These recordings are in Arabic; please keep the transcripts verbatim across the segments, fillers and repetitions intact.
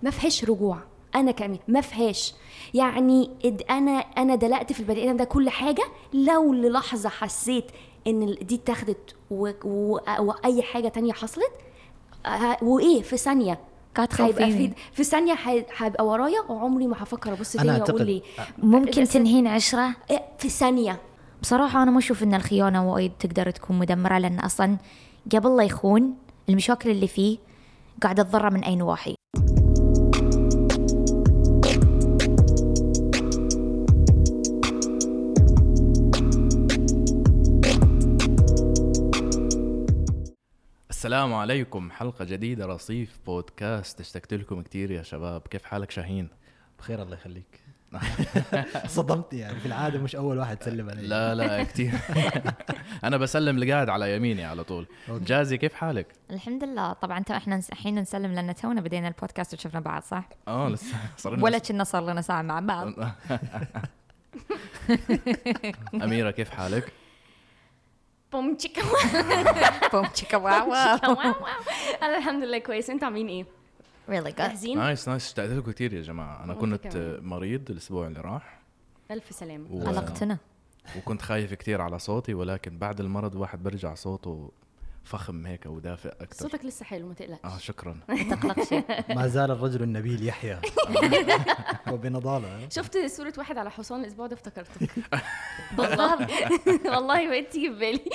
ما فيهاش رجوع. انا كمان ما فيهاش يعني انا انا دلقت في البني ادم ده كل حاجه. لو للحظه حسيت ان دي اتاخدت واي حاجه تانية حصلت وايه في ثانيه هيبقى في في ثانيه هيبقى ورايا وعمري ما هفكر ابص تاني واقول لي ممكن تنهين عشرة في ثانيه. بصراحه انا ما اشوف ان الخيانه وايد تقدر تكون مدمره، لان اصلا قبل لا يخون المشاكل اللي فيه قاعده تضره من اي نواحي. السلام عليكم، حلقة جديدة رصيف بودكاست. اشتقت لكم كتير يا شباب. كيف حالك شاهين؟ بخير الله يخليك. صدمت يعني، في العادة مش أول واحد تسلم علي. لا لا كتير. أنا بسلم لقاعد على يميني على طول. جازي كيف حالك؟ الحمد لله. طبعا احنا الحين نسلم لأن تونا بدينا البودكاست وشفنا بعض صح؟ اه لسه صرنا ولا كنا صار لنا ساعة مع بعض. أميرة كيف حالك؟ بوم تشيكا بوم تشيكا واو. أنا الحمد لله كويس. أنت عاملين إيه؟ really good. نايس نايس. اشتقت لكم كتير يا جماعة. أنا كنت مريض الأسبوع اللي راح. ألف سلامة. و... قلقتنا. وكنت خايف كتير على صوتي، ولكن بعد المرض واحد برجع صوته فخم هيك ودافئ أكتر. صوتك لسه حلو ما تقلقش. آه شكرا. تقلق شيء. ما زال الرجل النبيل يحيى وبنضالة. شفت صورة واحد على حصان الأسبوع ده افتكرتك. بالضبط. والله بقيت تيجي في بالي.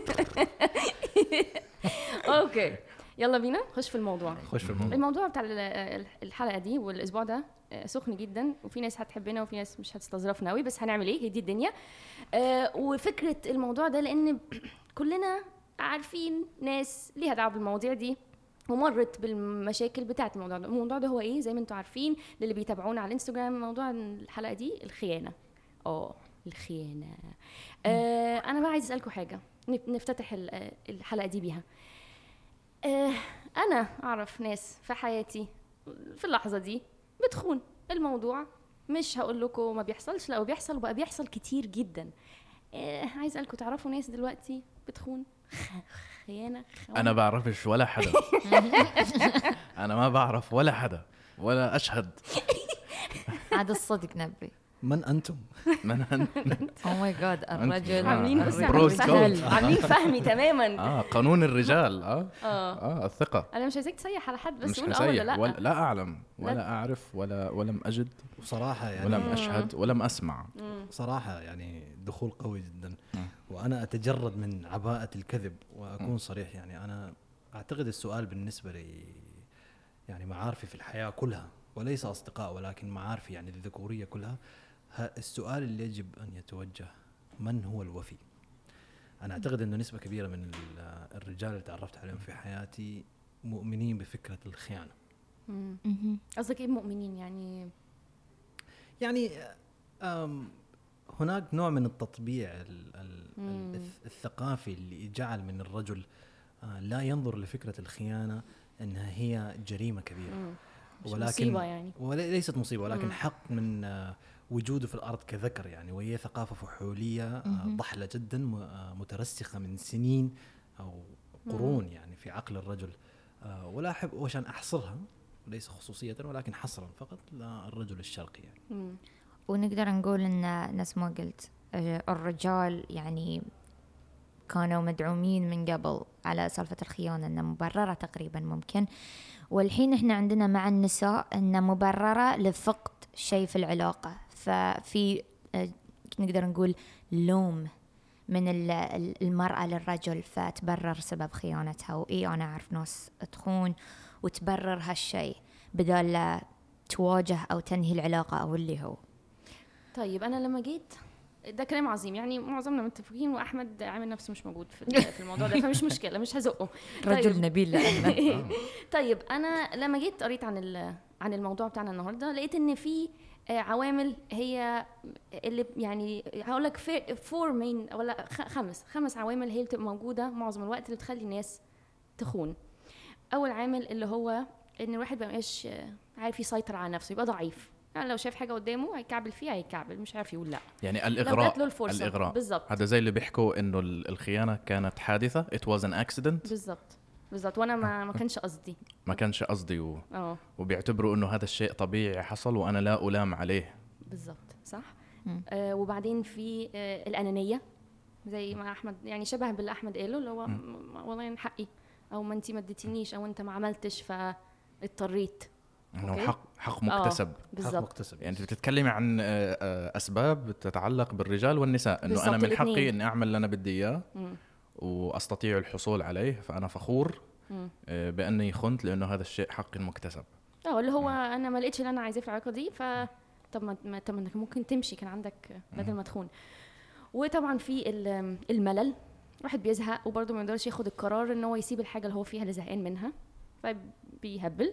أوكي يلا بينا نخش في الموضوع. خش في الموضوع. الموضوع بتاع الحلقة دي والأسبوع ده سخن جدا، وفي ناس هتحبنا وفي ناس مش هتستظرفنا قوي، بس هنعمل ايه؟ هي دي الدنيا. وفكرة الموضوع ده لأن كلنا عارفين ناس ليها دعوه بالمواضيع دي ومرت بالمشاكل بتاعه الموضوع ده. الموضوع ده هو ايه؟ زي ما انتم عارفين للي بيتابعونا على الانستجرام، موضوع الحلقه دي الخيانه. اه الخيانه. آه انا بقى عايز اسالكم حاجه نفتتح الحلقه دي بيها. آه انا اعرف ناس في حياتي في اللحظه دي بتخون. الموضوع مش هقول لكم ما بيحصلش، لا بيحصل وبقى بيحصل كتير جدا. آه عايز اسالكم تعرفوا ناس دلوقتي بتخون؟ خيانة خيانة. أنا بعرفش ولا حدا. أنا ما بعرف ولا حدا ولا أشهد. هذا الصدق نبي. من أنتم؟ من أنتم؟ أو ماي جاد الرجل عاملين فهمي عاملين فهمي تماما. آه قانون الرجال. آه آه, آه الثقة. أنا مش عايزك تسيح على حد، بس قول آه ولا لا. ولا لا أعلم ولا لا. أعرف ولا ولم أجد وصراحة يعني ولم أشهد ولم أسمع. صراحة يعني دخول قوي جدا. وأنا أتجرد من عباءة الكذب وأكون صريح. يعني أنا أعتقد السؤال بالنسبة لي يعني معارفي في الحياة كلها، وليس أصدقاء ولكن معارفي يعني الذكورية كلها، السؤال اللي يجب أن يتوجه: من هو الوفي؟ أنا أعتقد أنه نسبة كبيرة من الرجال اللي تعرفت عليهم في حياتي مؤمنين بفكرة الخيانة. قصدك إيه مؤمنين؟ يعني يعني هناك نوع من التطبيع الثقافي اللي جعل من الرجل لا ينظر لفكرة الخيانة أنها هي جريمة كبيرة، ولكن مصيبة يعني، وليست مصيبة ولكن مم. حق من وجوده في الأرض كذكر يعني. وهي ثقافة فحولية ضحلة جدا مترسخة من سنين أو قرون يعني في عقل الرجل. ولا أحب وشان أحصرها ليس خصوصية ولكن حصرا فقط للرجل الشرقي يعني. ونقدر نقول إن ناس ما قلت الرجال يعني كانوا مدعومين من قبل على سالفة الخيانة أنها مبررة تقريبا ممكن، والحين إحنا عندنا مع النساء أنها مبررة لفقد شيء في العلاقة. ففي نقدر نقول لوم من المرأة للرجل فتبرر سبب خيانتها. وإيه أنا أعرف ناس تخون وتبرر هالشيء بدل لا تواجه أو تنهي العلاقة أو اللي هو. طيب أنا لما جيت ده كلام عظيم يعني، معظمنا متفقين وأحمد عامل نفسه مش موجود في الموضوع ده، فمش مشكلة مش هزقه. رجل طيب. نبيل لأنه طيب أنا لما جيت قريت عن عن الموضوع بتاعنا النهاردة لقيت إن في عوامل هي اللي يعني هقول لك فور مين ولا خمس خمس عوامل هي اللي بتبقى موجودة معظم الوقت اللي تخلي الناس تخون. أول عامل اللي هو إن الواحد مبقاش عارف يسيطر على نفسه، يبقى ضعيف. يعني لو شاف حاجة قدامه هيكعبل فيها هيكعبل، مش عارف يقول لا. يعني الإغراء الإغراء بالضبط. هذا زي اللي بيحكوا إنه الخيانة كانت حادثة it was an accident. بالضبط بالظبط، وانا ما ما كانش قصدي. ما كانش قصدي و... اه وبيعتبروا انه هذا الشيء طبيعي حصل وانا لا الام عليه. بالظبط صح. آه وبعدين في آه الانانيه، زي ما احمد يعني شبه باللي احمد قاله، اللي هو والله حقي، او ما انت ما اديتينيش، او انت ما عملتش فاضطريت. انه حق حق مكتسب. بالظبط. حق مكتسب. يعني انت بتتكلمي عن اسباب تتعلق بالرجال والنساء، انه انا من حقي اني اعمل اللي انا بدي اياه واستطيع الحصول عليه، فانا فخور مم. باني خنت لانه هذا الشيء حقي المكتسب. اه اللي هو مم. انا ما لقيتش اللي انا عايزاه في العلاقه دي، ف طب ما طب انك ممكن تمشي، كان عندك بدل ما تخون. وطبعا في الملل، واحد بيزهق وبرضه ما يقدرش ياخد القرار ان هو يسيب الحاجه اللي هو فيها اللي زهقان منها، فبيهبل.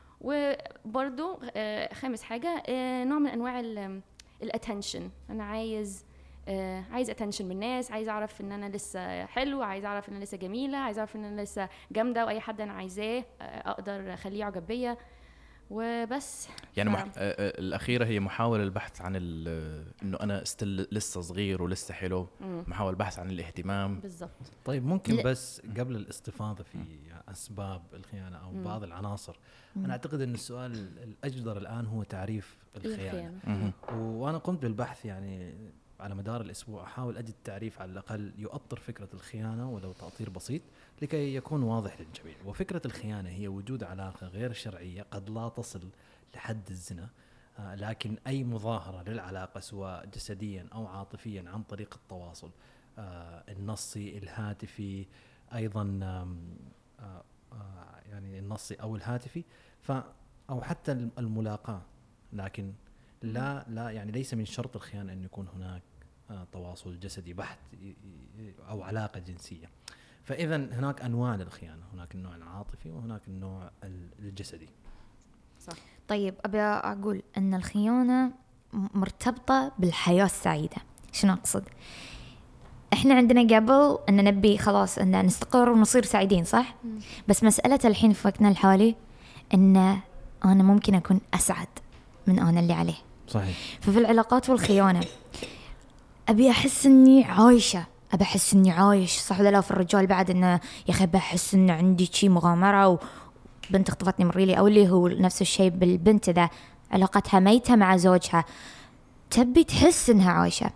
وبرضه خامس حاجه نوع من انواع الاتنشن، انا عايز عايز اتنشن من الناس، عايز اعرف ان انا لسه حلو، عايز اعرف ان انا لسه جميله، عايز اعرف ان انا لسه جامده، واي حد انا عايزاه اقدر اخليه يعجب بيا وبس. يعني ف... مح... الاخيره هي محاوله البحث عن انه انا استل لسه صغير ولسه حلو، مم. محاوله البحث عن الاهتمام. بالضبط. طيب ممكن ل... بس قبل الاستفاضه في اسباب الخيانه او مم. بعض العناصر، مم. انا اعتقد ان السؤال الاجدر الان هو تعريف الخيانه، الخيانة. وانا قمت بالبحث يعني على مدار الأسبوع، أحاول أجد تعريف على الأقل يؤطر فكرة الخيانة ولو تأطير بسيط لكي يكون واضح للجميع. وفكرة الخيانة هي وجود علاقة غير شرعية قد لا تصل لحد الزنا، آه لكن أي مظاهرة للعلاقة سواء جسديا أو عاطفيا عن طريق التواصل آه النصي الهاتفي أيضا آه آه يعني النصي أو الهاتفي ف أو حتى الملاقاة، لكن لا لا يعني ليس من شرط الخيانة أن يكون هناك تواصل جسدي بحت أو علاقة جنسية. فإذا هناك أنواع للخيانة، هناك النوع العاطفي وهناك النوع الجسدي. صح. طيب أبي أقول أن الخيانة مرتبطة بالحياة السعيدة. شنو أقصد؟ إحنا عندنا قبل أن نبي خلاص أن نستقر ونصير سعيدين، صح؟ م. بس مسألة الحين في وقتنا الحالي أن أنا ممكن أكون أسعد من أنا اللي عليه. صحيح. ففي العلاقات والخيانة أبي أحس إني عايشة، أبي أحس إني عايش، صح ولا لا؟ في الرجال بعد إنه يا أخي بحس إنه عندي شيء مغامرة وبنت اختطفتني من ريلي، أو اللي هو نفس الشيء بالبنت إذا علاقتها ميتة مع زوجها تبي تحس إنها عايشة،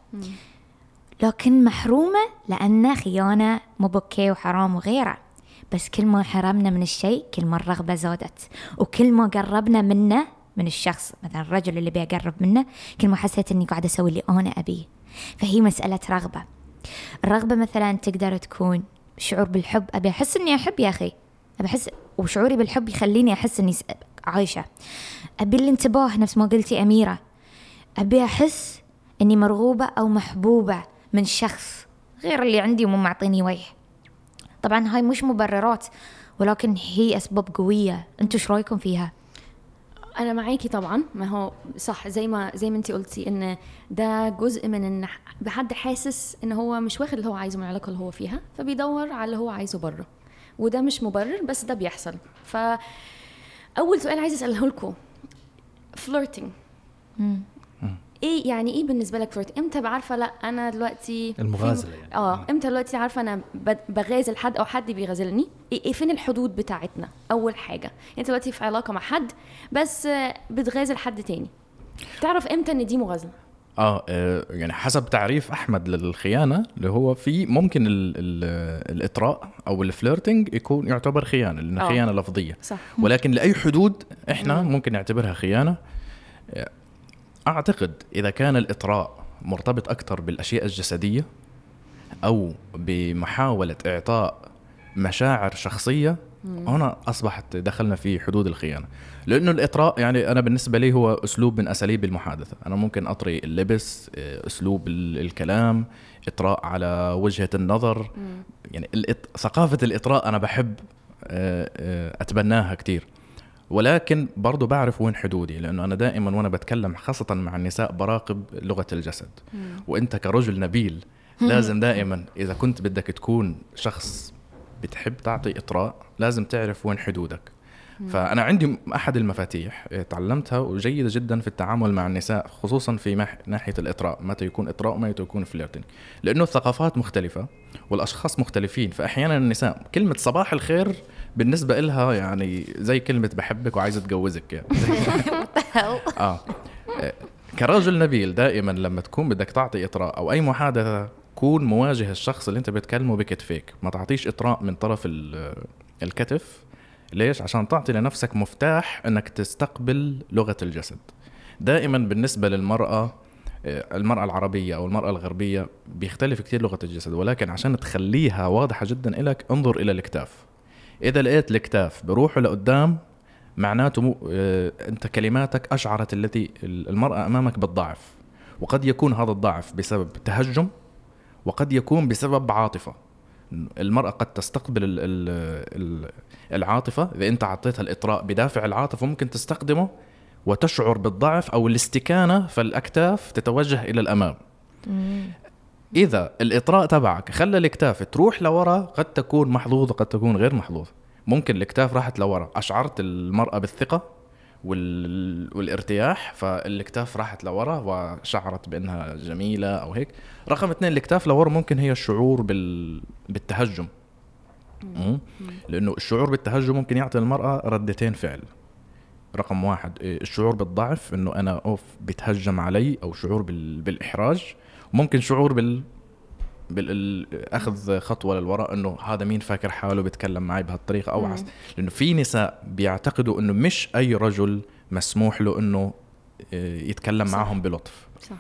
لكن محرومة لأن خيانة مو بوكي وحرام وغيره. بس كل ما حرمنا من الشيء كل ما الرغبة زادت، وكل ما قربنا منه من الشخص مثلا الرجل اللي بيقرب منه كل ما حسيت إني قاعدة أسوي اللي أنا أبيه. فهي مسألة رغبة. الرغبة مثلا تقدر تكون شعور بالحب، أبي أحس إني أحب يا أخي، أبي أحس وشعوري بالحب يخليني أحس إني عايشة. أبي الانتباه نفس ما قلتي أميرة، أبي أحس إني مرغوبة أو محبوبة من شخص غير اللي عندي ومو معطيني وجه. طبعا هاي مش مبررات ولكن هي أسباب قوية. أنتوا شو رأيكم فيها؟ انا معاكي طبعا، ما هو صح زي ما زي ما انتي قلتي ان ده جزء من ان بحد حاسس ان هو مش واخد اللي هو عايزه من العلاقه اللي هو فيها، فبيدور على اللي هو عايزه بره، وده مش مبرر بس ده بيحصل. فاول سؤال عايزه اساله لكم، فليرتنج ايه يعني؟ ايه بالنسبه لك فليرت؟ امتى بعرفه لا انا دلوقتي المغازله يعني؟ اه امتى دلوقتي عارفه انا بغازل حد او حد بيغازلني؟ ايه فين الحدود بتاعتنا؟ اول حاجه انت دلوقتي في علاقه مع حد بس بتغازل حد تاني، تعرف امتى ان دي مغازله؟ اه يعني حسب تعريف احمد للخيانه اللي هو في ممكن ال ال الاطراء او الفليرتنج يكون يعتبر خيانه لانها خيانه لفظيه، صح. ولكن لاي حدود احنا مم. ممكن نعتبرها خيانه. أعتقد إذا كان الإطراء مرتبط أكتر بالأشياء الجسدية أو بمحاولة إعطاء مشاعر شخصية، هنا أصبحت دخلنا في حدود الخيانة. لأنه الإطراء يعني أنا بالنسبة لي هو أسلوب من أساليب المحادثة. أنا ممكن أطري اللبس، أسلوب الكلام، إطراء على وجهة النظر. مم. يعني الإط... ثقافة الإطراء أنا بحب أتبناها كتير، ولكن برضو بعرف وين حدودي، لأنه أنا دائما وأنا بتكلم خاصة مع النساء براقب لغة الجسد. مم. وإنت كرجل نبيل لازم دائما إذا كنت بدك تكون شخص بتحب تعطي إطراء لازم تعرف وين حدودك. فأنا عندي أحد المفاتيح تعلمتها وجيدة جدا في التعامل مع النساء، خصوصا في مح... ناحية الإطراء، متى يكون إطراء ومتى يكون فليرتنج، لأنه الثقافات مختلفة والأشخاص مختلفين. فأحيانا النساء كلمة صباح الخير بالنسبة إلها يعني زي كلمة بحبك وعايزة تجوزك يعني. آه. كرجل نبيل دائما لما تكون بدك تعطي إطراء أو أي محادثة، كون مواجه الشخص اللي أنت بتكلمه بكتفيك، ما تعطيش إطراء من طرف الكتف. ليش؟ عشان تعطي لنفسك مفتاح أنك تستقبل لغة الجسد. دائما بالنسبة للمرأة، المرأة العربية أو المرأة الغربية بيختلف كتير لغة الجسد، ولكن عشان تخليها واضحة جدا إلك انظر إلى الكتاف. إذا لقيت الكتاف بروحه لقدام معناته مو... اه... أنت كلماتك أشعرت التي المرأة أمامك بالضعف، وقد يكون هذا الضعف بسبب تهجم، وقد يكون بسبب عاطفة. المرأة قد تستقبل ال... ال... العاطفة، إذا أنت عطيتها الإطراء بدافع العاطفة ممكن تستخدمه وتشعر بالضعف أو الاستكانة، فالأكتاف تتوجه إلى الأمام. إذا الإطراء تبعك خلى الأكتاف تروح لورا، قد تكون محظوظة قد تكون غير محظوظة. ممكن الأكتاف راحت لورا، أشعرت المرأة بالثقة وال... والارتياح، فالأكتاف راحت لورا وشعرت بأنها جميلة أو هيك. رقم اثنين، الأكتاف لورا ممكن هي الشعور بال... بالتهجم. مم. لأنه الشعور بالتهجم ممكن يعطي المرأة ردتين فعل. رقم واحد الشعور بالضعف، إنه أنا أوف بتهجم علي، أو شعور بال... بالإحراج. ممكن شعور بال... بالأخذ خطوة للوراء، إنه هذا مين فاكر حاله بيتكلم معي بهالطريقة أو عس. لأنه في نساء بيعتقدوا إنه مش أي رجل مسموح له إنه يتكلم صح. معهم بلطف. صح.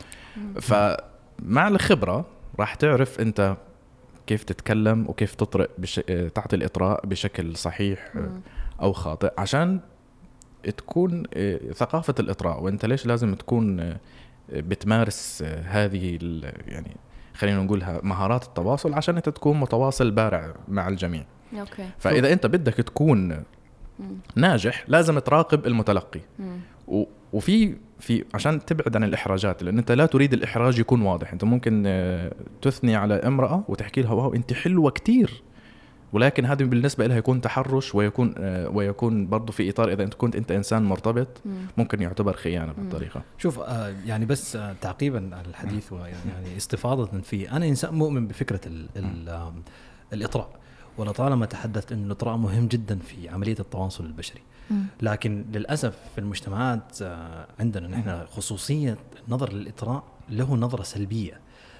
فمع الخبرة راح تعرف أنت كيف تتكلم وكيف تطرق بش... تعطي الإطراء بشكل صحيح مم. أو خاطئ، عشان تكون ثقافة الإطراء. وأنت ليش لازم تكون بتمارس هذه يعني خلينا نقولها مهارات التواصل، عشان أنت تكون متواصل بارع مع الجميع. أوكي. فإذا أنت بدك تكون مم. ناجح لازم تراقب المتلقي. و... وفي في عشان تبعد عن الإحراجات، لأن أنت لا تريد الإحراج يكون واضح. أنت ممكن تثني على امرأة وتحكي لها واو أنت حلوة كتير، ولكن هذا بالنسبة لها يكون تحرش، ويكون ويكون برضو في إطار إذا أنت كنت أنت إنسان مرتبط ممكن يعتبر خيانة بالطريقة. شوف آه يعني بس آه تعقيبا على الحديث ويعني استفاضة فيه، أنا إنسان مؤمن بفكرة ال ال الإطراء، ولطالما تحدثت أن الإطراء مهم جدا في عملية التواصل البشري. لكن للأسف في المجتمعات آه عندنا نحن خصوصية نظر للإطراء له نظرة سلبية.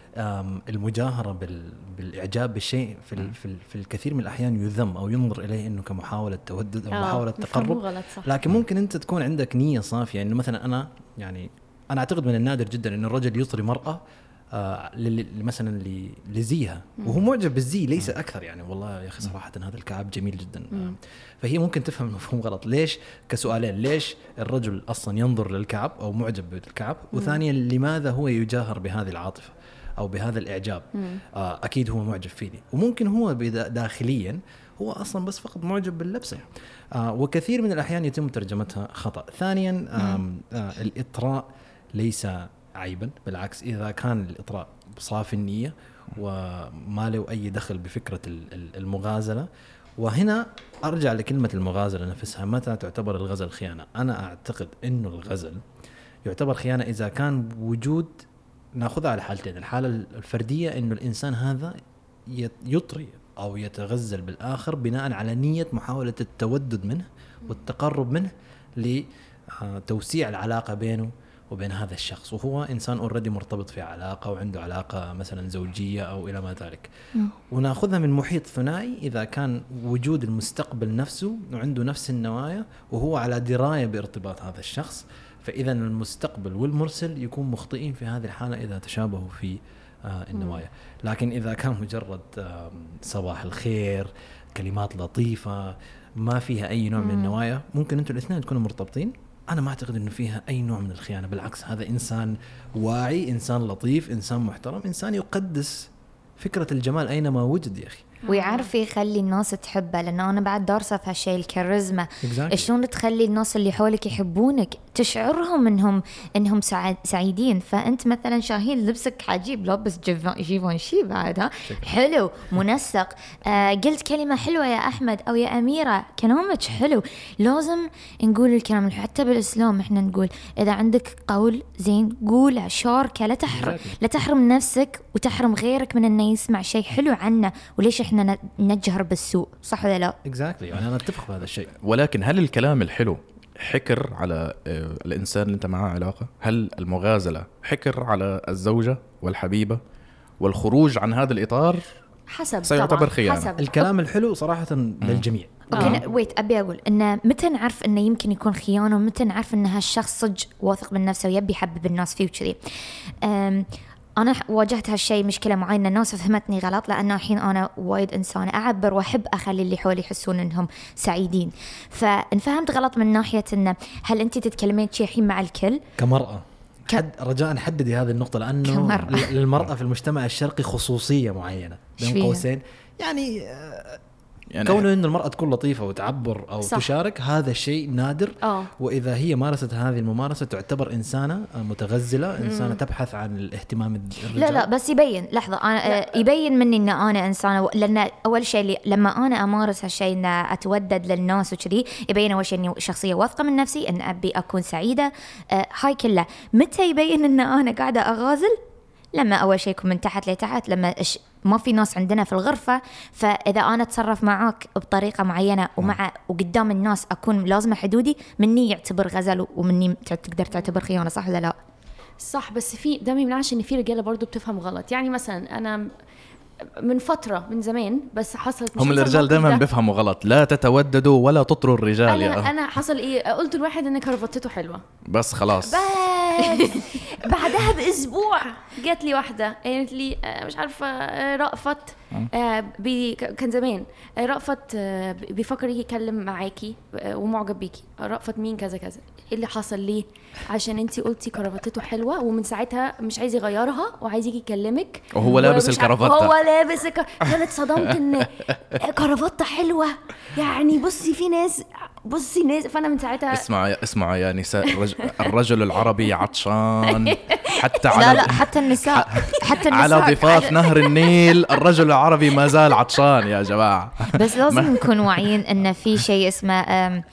المجاهرة بالإعجاب بالشيء في في في الكثير من الأحيان يذم أو ينظر إليه إنه كمحاولة تودد أو محاولة تقرب. لكن ممكن أنت تكون عندك نية صافية، إنه مثلا أنا يعني أنا أعتقد من النادر جدا إنه الرجل يطري مرأة آه مثلا لزيها وهو معجب بالزي ليس أكثر، يعني والله يا أخي صراحة هذا الكعب جميل جدا. آه فهي ممكن تفهم المفهوم غلط. ليش؟ كسؤالين، ليش الرجل أصلا ينظر للكعب أو معجب بالكعب؟ وثانيا لماذا هو يجاهر بهذه العاطفة أو بهذا الإعجاب؟ آه أكيد هو معجب فيني، وممكن هو داخليا هو أصلا بس فقط معجب باللبسة. آه وكثير من الأحيان يتم ترجمتها خطأ. ثانيا آه آه الإطراء ليس عيبا، بالعكس إذا كان الإطراء بصافي النية وما له أي دخل بفكرة المغازلة. وهنا أرجع لكلمة المغازلة نفسها، متى تعتبر الغزل خيانة؟ أنا أعتقد إنه الغزل يعتبر خيانة إذا كان وجود، ناخذها على حالتين، الحالة الفردية إنه الإنسان هذا يطري أو يتغزل بالآخر بناء على نية محاولة التودد منه والتقرب منه لتوسيع العلاقة بينه وبين هذا الشخص، وهو إنسان أوريدي مرتبط في علاقة وعنده علاقة مثلا زوجية أو إلى ما ذلك. وناخذها من محيط ثنائي، إذا كان وجود المستقبل نفسه وعنده نفس النوايا وهو على دراية بارتباط هذا الشخص، فإذا المستقبل والمرسل يكون مخطئين في هذه الحالة إذا تشابهوا في آه النوايا. لكن إذا كان مجرد آه صباح الخير، كلمات لطيفة ما فيها أي نوع من النوايا، ممكن أنتوا الاثنين تكونوا مرتبطين. أنا ما أعتقد إنه فيها أي نوع من الخيانة، بالعكس هذا إنسان واعي، إنسان لطيف، إنسان محترم، إنسان يقدس فكرة الجمال أينما وجد يا أخي. ويعرف يخلي الناس تحبه، لأنه أنا بعد دارسة في هالشيء الكاريزما. Exactly. شلون تخلي الناس اللي حولك يحبونك، تشعرهم إنهم إنهم سعد سعيدين. فأنت مثلا شاهين لبسك عجيب، لابس جيفونشي بعد، ها حلو منسق، آه قلت كلمة حلوة يا أحمد أو يا أميرة، كلامك حلو. لازم نقول الكلام الحلو. حتى بالإسلام إحنا نقول إذا عندك قول زين قوله، شاركه، لا تحرم لا تحرم نفسك وتحرم غيرك من إنه يسمع شيء حلو عنه. وليش إحنا نجهر بالسوء؟ صح ولا لا؟ exactly. يعني أنا أتفق بهذا الشيء. ولكن هل الكلام الحلو حكر على الإنسان اللي أنت معاه علاقة؟ هل المغازلة حكر على الزوجة والحبيبة؟ والخروج عن هذا الإطار حسب سيعتبر خيانة. حسب. الكلام الحلو صراحة للجميع. اوكي ويت ابي اقول انه متى نعرف انه يمكن يكون خيانه، ومتى نعرف ان هالشخص صج واثق من نفسه ويبي يحبب الناس فيه وكذي. انا واجهت هالشيء مشكله معينه، الناس فهمتني غلط، لانه الحين انا وايد انسانه اعبر واحب اخلي اللي حولي يحسون انهم سعيدين. فانفهمت غلط من ناحيه انه هل انت تتكلمين شيء الحين مع الكل كمرأة؟ حد رجاء حددي هذه النقطة، لأنه كمرأة. للمرأة في المجتمع الشرقي خصوصية معينة بين قوسين. يعني يعني كونه إن المرأة تكون لطيفة وتعبر أو صح. تشارك، هذا شيء نادر. أوه. وإذا هي مارست هذه الممارسة تعتبر إنسانة متغزلة، إنسانة مم. تبحث عن الاهتمام الرجال. لا لا بس يبين لحظة أنا يبين مني إن أنا إنسانة، لأن أول شيء لما أنا أمارس هالشيء إن أتودد للناس وكذي، يبين أول شيء إني شخصية واثقة من نفسي، إن أبي أكون سعيدة. آه هاي كلها. متى يبين إن أنا قاعدة أغازل؟ لما أول شيء يكون من تحت لتحت، لما ما في ناس عندنا في الغرفة. فإذا أنا أتصرف معاك بطريقة معينة ومع وقدام الناس أكون لازمة حدودي، مني يعتبر غزل ومني تقدر تعتبر خيانة. صح ولا لا؟ صح. بس في ده ما يمنعش إن في رجالة برضو بتفهم غلط. يعني مثلا أنا من فترة من زمان بس حصلت، هم الرجال دائما بيفهموا غلط، لا تتوددوا ولا تطروا الرجال. أنا, يا أنا حصل إيه، قلت الواحد إن كرفتته حلوة بس خلاص. بس بعدها بأسبوع جات لي واحدة قالت لي مش عارفة رأفت بي كان زمان رأفت بيفكر يجي يكلم معاكي ومعجب بيكي. رأفت مين كذا كذا. ايه اللي حصل؟ ليه؟ عشان انتي قلتي كرافتته حلوة ومن ساعتها مش عايز يغيرها وعايز يجي يكلمك وهو لابس الكرافتة. هو لابس الك... فانا اتصدمت ان كرافتة حلوة. يعني بصي في ناس بصي ناس فانا من ساعتها اسمع يا اسمع يا نساء الرجل, الرجل العربي عطشان حتى على لا لا حتى النساء حتى النساء على ضفاف على... نهر النيل الرجل العربي ما زال عطشان يا جماعة. بس لازم نكون واعيين ان في شيء اسمه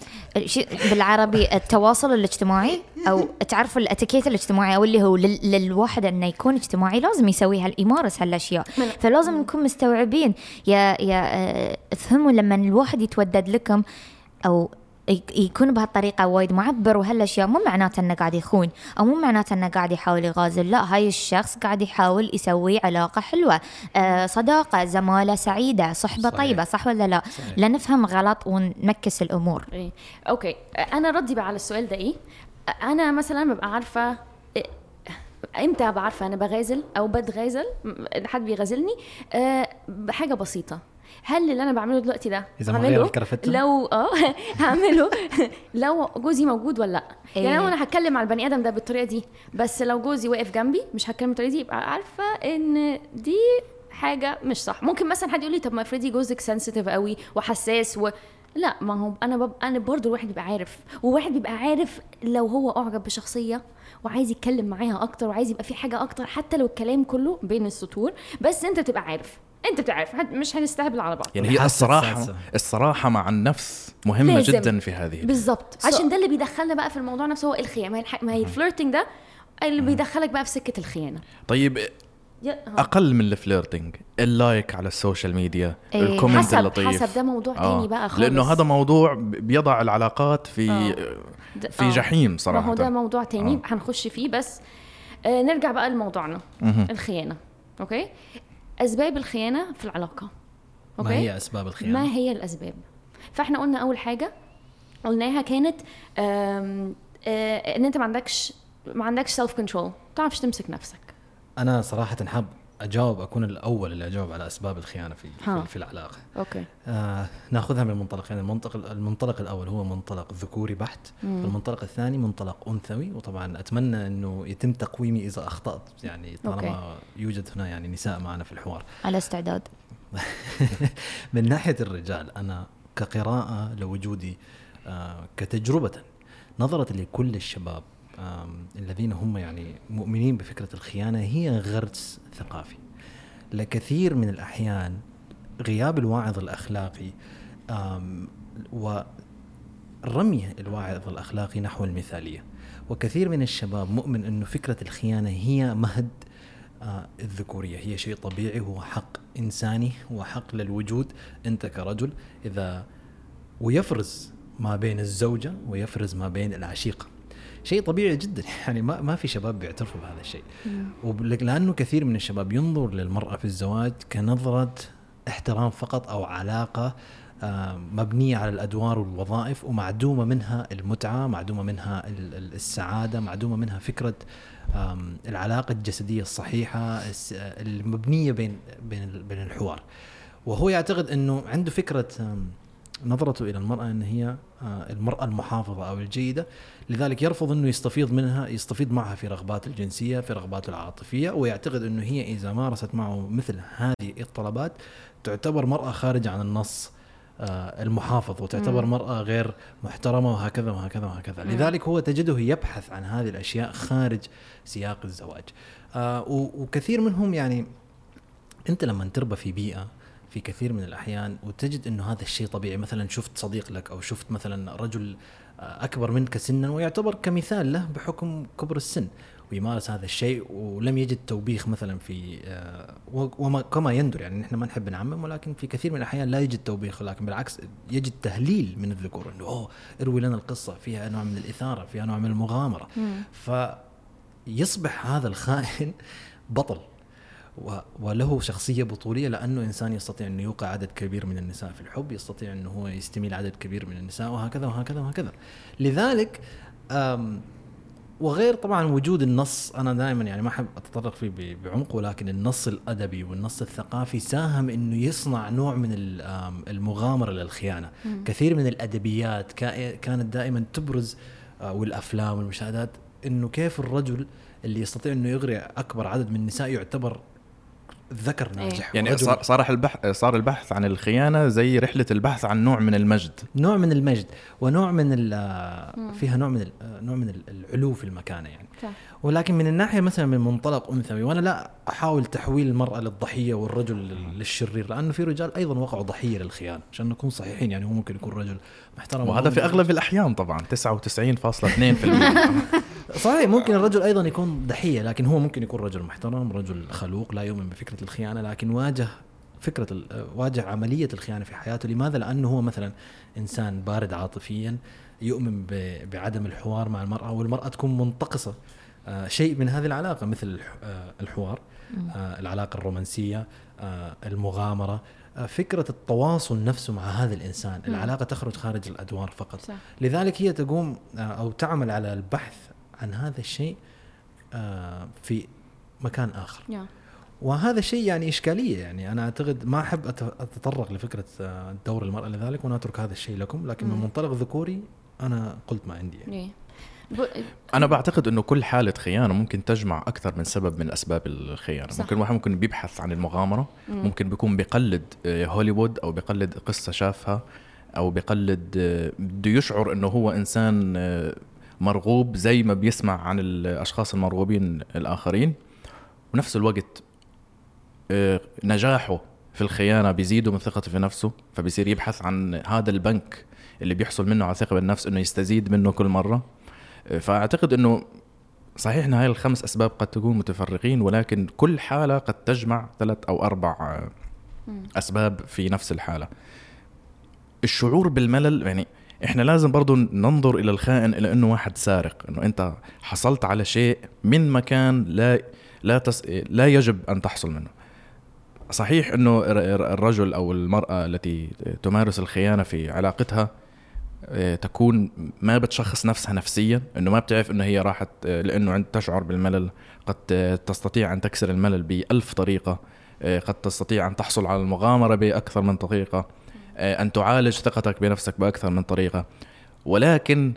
بالعربي التواصل الاجتماعي، او تعرفوا الاتيكيت الاجتماعي، او اللي هو للواحد انه يكون اجتماعي لازم يسويها، يمارس هالاشياء. فلازم نكون مستوعبين يا يا افهموا لما الواحد يتودد لكم او يكون بهالطريقة وايد معبر وهالاشياء، مو معناته انه قاعد يخون او مو معناته انه قاعد يحاول يغازل. لا، هاي الشخص قاعد يحاول يسوي علاقة حلوة، آه صداقة، زمالة سعيدة، صحبة صحيح. طيبة. صح ولا لا؟ صحيح. لا نفهم غلط ونمكس الامور. إيه. اوكي انا ردي بقى على السؤال ده ايه. انا مثلا ببقى عارفة إيه امتى بعرفة انا بغازل او بتغازل، حد بيغازلني أه بحاجة بسيطة. هل اللي انا بعمله دلوقتي ده هعمله لو اه هعمله لو جوزي موجود ولا لا؟ إيه؟ يعني انا هتكلم مع البني ادم ده بالطريقه دي، بس لو جوزي واقف جنبي مش هتكلم بالطريقه دي، يبقى عارفه ان دي حاجه مش صح. ممكن مثلا حد يقول لي طب ما افرضي جوزك سنسيتيف قوي وحساس و... لا، ما هو انا بب... انا برضو الواحد بيبقى عارف، وواحد بيبقى عارف لو هو اعجب بشخصيه وعايز يتكلم معاها اكتر وعايز يبقى في حاجه اكتر، حتى لو الكلام كله بين السطور، بس انت بتبقى عارف، انت بتعرف، مش هنستهبل على بعض. يعني هي الصراحه الصراحه مع النفس مهمه لازم. جدا في هذه بالضبط. عشان ده اللي بيدخلنا بقى في الموضوع نفسه، هو الخيانه. ما هي الفليرتنج ده اللي بيدخلك بقى في سكه الخيانه. طيب اقل من الفليرتنج، اللايك على السوشيال ميديا، إيه الكومنت حسب اللطيف، حسب ده موضوع آه. تاني بقى خالص، لانه هذا موضوع بيضع العلاقات في آه. في آه. جحيم صراحه. ما هو ده موضوع تاني آه. هنخش فيه. بس آه نرجع بقى لموضوعنا الخيانه. اوكي، اسباب الخيانه في العلاقه. أوكي؟ ما هي اسباب الخيانه؟ ما هي الاسباب؟ فاحنا قلنا اول حاجه قلناها كانت آم آه ان انت ما عندكش ما عندكش سيلف كنترول، ما تعرفش تمسك نفسك. انا صراحه حاب اجاوب اكون الاول اللي اجاوب على اسباب الخيانه في ها. في, في العلاقه. اوكي. آه ناخذها من منطلقين. المنطق المنطلق الاول هو منطلق ذكوري بحت، المنطلق الثاني منطلق انثوي. وطبعا اتمنى انه يتم تقويمي اذا اخطات، يعني طالما أوكي. يوجد هنا يعني نساء معنا في الحوار. على استعداد. من ناحيه الرجال، انا كقراءه لوجودي آه كتجربه نظرت لكل الشباب الذين هم يعني مؤمنين بفكرة الخيانة هي غرس ثقافي. لكثير من الأحيان غياب الواعظ الأخلاقي ورمي الواعظ الأخلاقي نحو المثالية. وكثير من الشباب مؤمن أنه فكرة الخيانة هي مهد الذكورية، هي شيء طبيعي، هو حق إنساني، هو حق للوجود أنت كرجل إذا ويفرز ما بين الزوجة ويفرز ما بين العشيقة. شيء طبيعي جدا، يعني ما ما في شباب بيعترفوا بهذا الشيء. ولانه كثير من الشباب ينظر للمرأة في الزواج كنظرة احترام فقط او علاقة مبنية على الادوار والوظائف، ومعدومة منها المتعة، معدومة منها السعادة، معدومة منها فكرة العلاقة الجسدية الصحيحة المبنية بين بين بين الحوار. وهو يعتقد انه عنده فكرة نظرته إلى المرأة أن هي المرأة المحافظة أو الجيدة، لذلك يرفض أنه يستفيض منها يستفيض معها في رغبات الجنسية، في رغبات العاطفية، ويعتقد أنه هي إذا مارست معه مثل هذه الطلبات تعتبر مرأة خارجة عن النص المحافظ، وتعتبر م. مرأة غير محترمة، وهكذا وهكذا وهكذا. م. لذلك هو تجده يبحث عن هذه الأشياء خارج سياق الزواج. وكثير منهم يعني أنت لما تربى في بيئة في كثير من الأحيان وتجد أنه هذا الشيء طبيعي، مثلا شفت صديق لك أو شفت مثلا رجل أكبر منك سنا ويعتبر كمثال له بحكم كبر السن ويمارس هذا الشيء ولم يجد توبيخ مثلا في وما كما يندر، يعني نحن ما نحب نعمم، ولكن في كثير من الأحيان لا يجد توبيخ، لكن بالعكس يجد تهليل من الذكور أنه أوه اروي لنا القصة فيها نوع من الإثارة، فيها نوع من المغامرة. فيصبح هذا الخائن بطل وله شخصية بطولية، لأنه إنسان يستطيع أن يوقع عدد كبير من النساء في الحب، يستطيع أنه هو يستميل عدد كبير من النساء، وهكذا وهكذا وهكذا. لذلك وغير طبعا وجود النص، أنا دائما يعني ما أحب أتطرق فيه بعمق، ولكن النص الأدبي والنص الثقافي ساهم أنه يصنع نوع من المغامرة للخيانة. م. كثير من الأدبيات كانت دائما تبرز والأفلام والمشاهدات أنه كيف الرجل اللي يستطيع أنه يغري أكبر عدد من النساء يعتبر ذكر ناجح. يعني صار صار البحث صار البحث عن الخيانة زي رحلة البحث عن نوع من المجد، نوع من المجد ونوع من فيها نوع من نوع من العلو في المكانة يعني. ولكن من الناحية مثلا من منطلق أنثوي، وأنا لا أحاول تحويل المرأة للضحية والرجل للشرير، لأنه في رجال أيضا وقعوا ضحية للخيانة عشان نكون صحيحين. يعني هو ممكن يكون رجل محترم، وهذا في أغلب الأحيان طبعا تسعة وتسعين فاصلة اثنين بالمئة. صحيح ممكن الرجل أيضا يكون ضحية، لكن هو ممكن يكون رجل محترم، رجل خلوق، لا يؤمن بفكرة الخيانة، لكن واجه فكرة واجه عملية الخيانة في حياته. لماذا؟ لأنه هو مثلا إنسان بارد عاطفيا، يؤمن بعدم الحوار مع المرأة، والمرأة تكون منتقصة شيء من هذه العلاقة، مثل الحوار، العلاقة الرومانسية، المغامرة، فكرة التواصل نفسه مع هذا الإنسان. العلاقة تخرج خارج الأدوار فقط. صح. لذلك هي تقوم أو تعمل على البحث عن هذا الشيء في مكان آخر. yeah. وهذا الشيء يعني إشكالية. يعني أنا أعتقد ما أحب أتطرق لفكرة دور المرأة لذلك، وأنا أترك هذا الشيء لكم، لكن mm. من منطلق ذكوري أنا قلت ما عندي يعني. yeah. أنا بعتقد إنه كل حالة خيانة ممكن تجمع أكثر من سبب من أسباب الخيانة. صح. ممكن واحد ممكن بيبحث عن المغامرة، مم. ممكن بيكون بيقلد هوليوود أو بيقلد قصة شافها، أو بيقلد بده يشعر إنه هو إنسان مرغوب زي ما بيسمع عن الأشخاص المرغوبين الآخرين. ونفس الوقت نجاحه في الخيانة بيزيده من ثقته في نفسه، فبيصير يبحث عن هذا البنك اللي بيحصل منه على ثقة بالنفس إنه يستزيد منه كل مرة. فأعتقد أنه صحيح أن هاي الخمس أسباب قد تكون متفرقين، ولكن كل حالة قد تجمع ثلاث أو أربع أسباب في نفس الحالة. الشعور بالملل، يعني إحنا لازم برضو ننظر إلى الخائن إلى أنه واحد سارق، أنه أنت حصلت على شيء من مكان لا لا تس... لا يجب أن تحصل منه. صحيح أنه الرجل أو المرأة التي تمارس الخيانة في علاقتها آه، تكون ما بتشخص نفسها نفسيا، انه ما بتعرف انه هي راحت آه، لانه عند تشعر بالملل. قد آه، تستطيع ان تكسر الملل بألف طريقة. آه، قد تستطيع ان تحصل على المغامرة بأكثر من طريقة، آه، ان تعالج ثقتك بنفسك بأكثر من طريقة. ولكن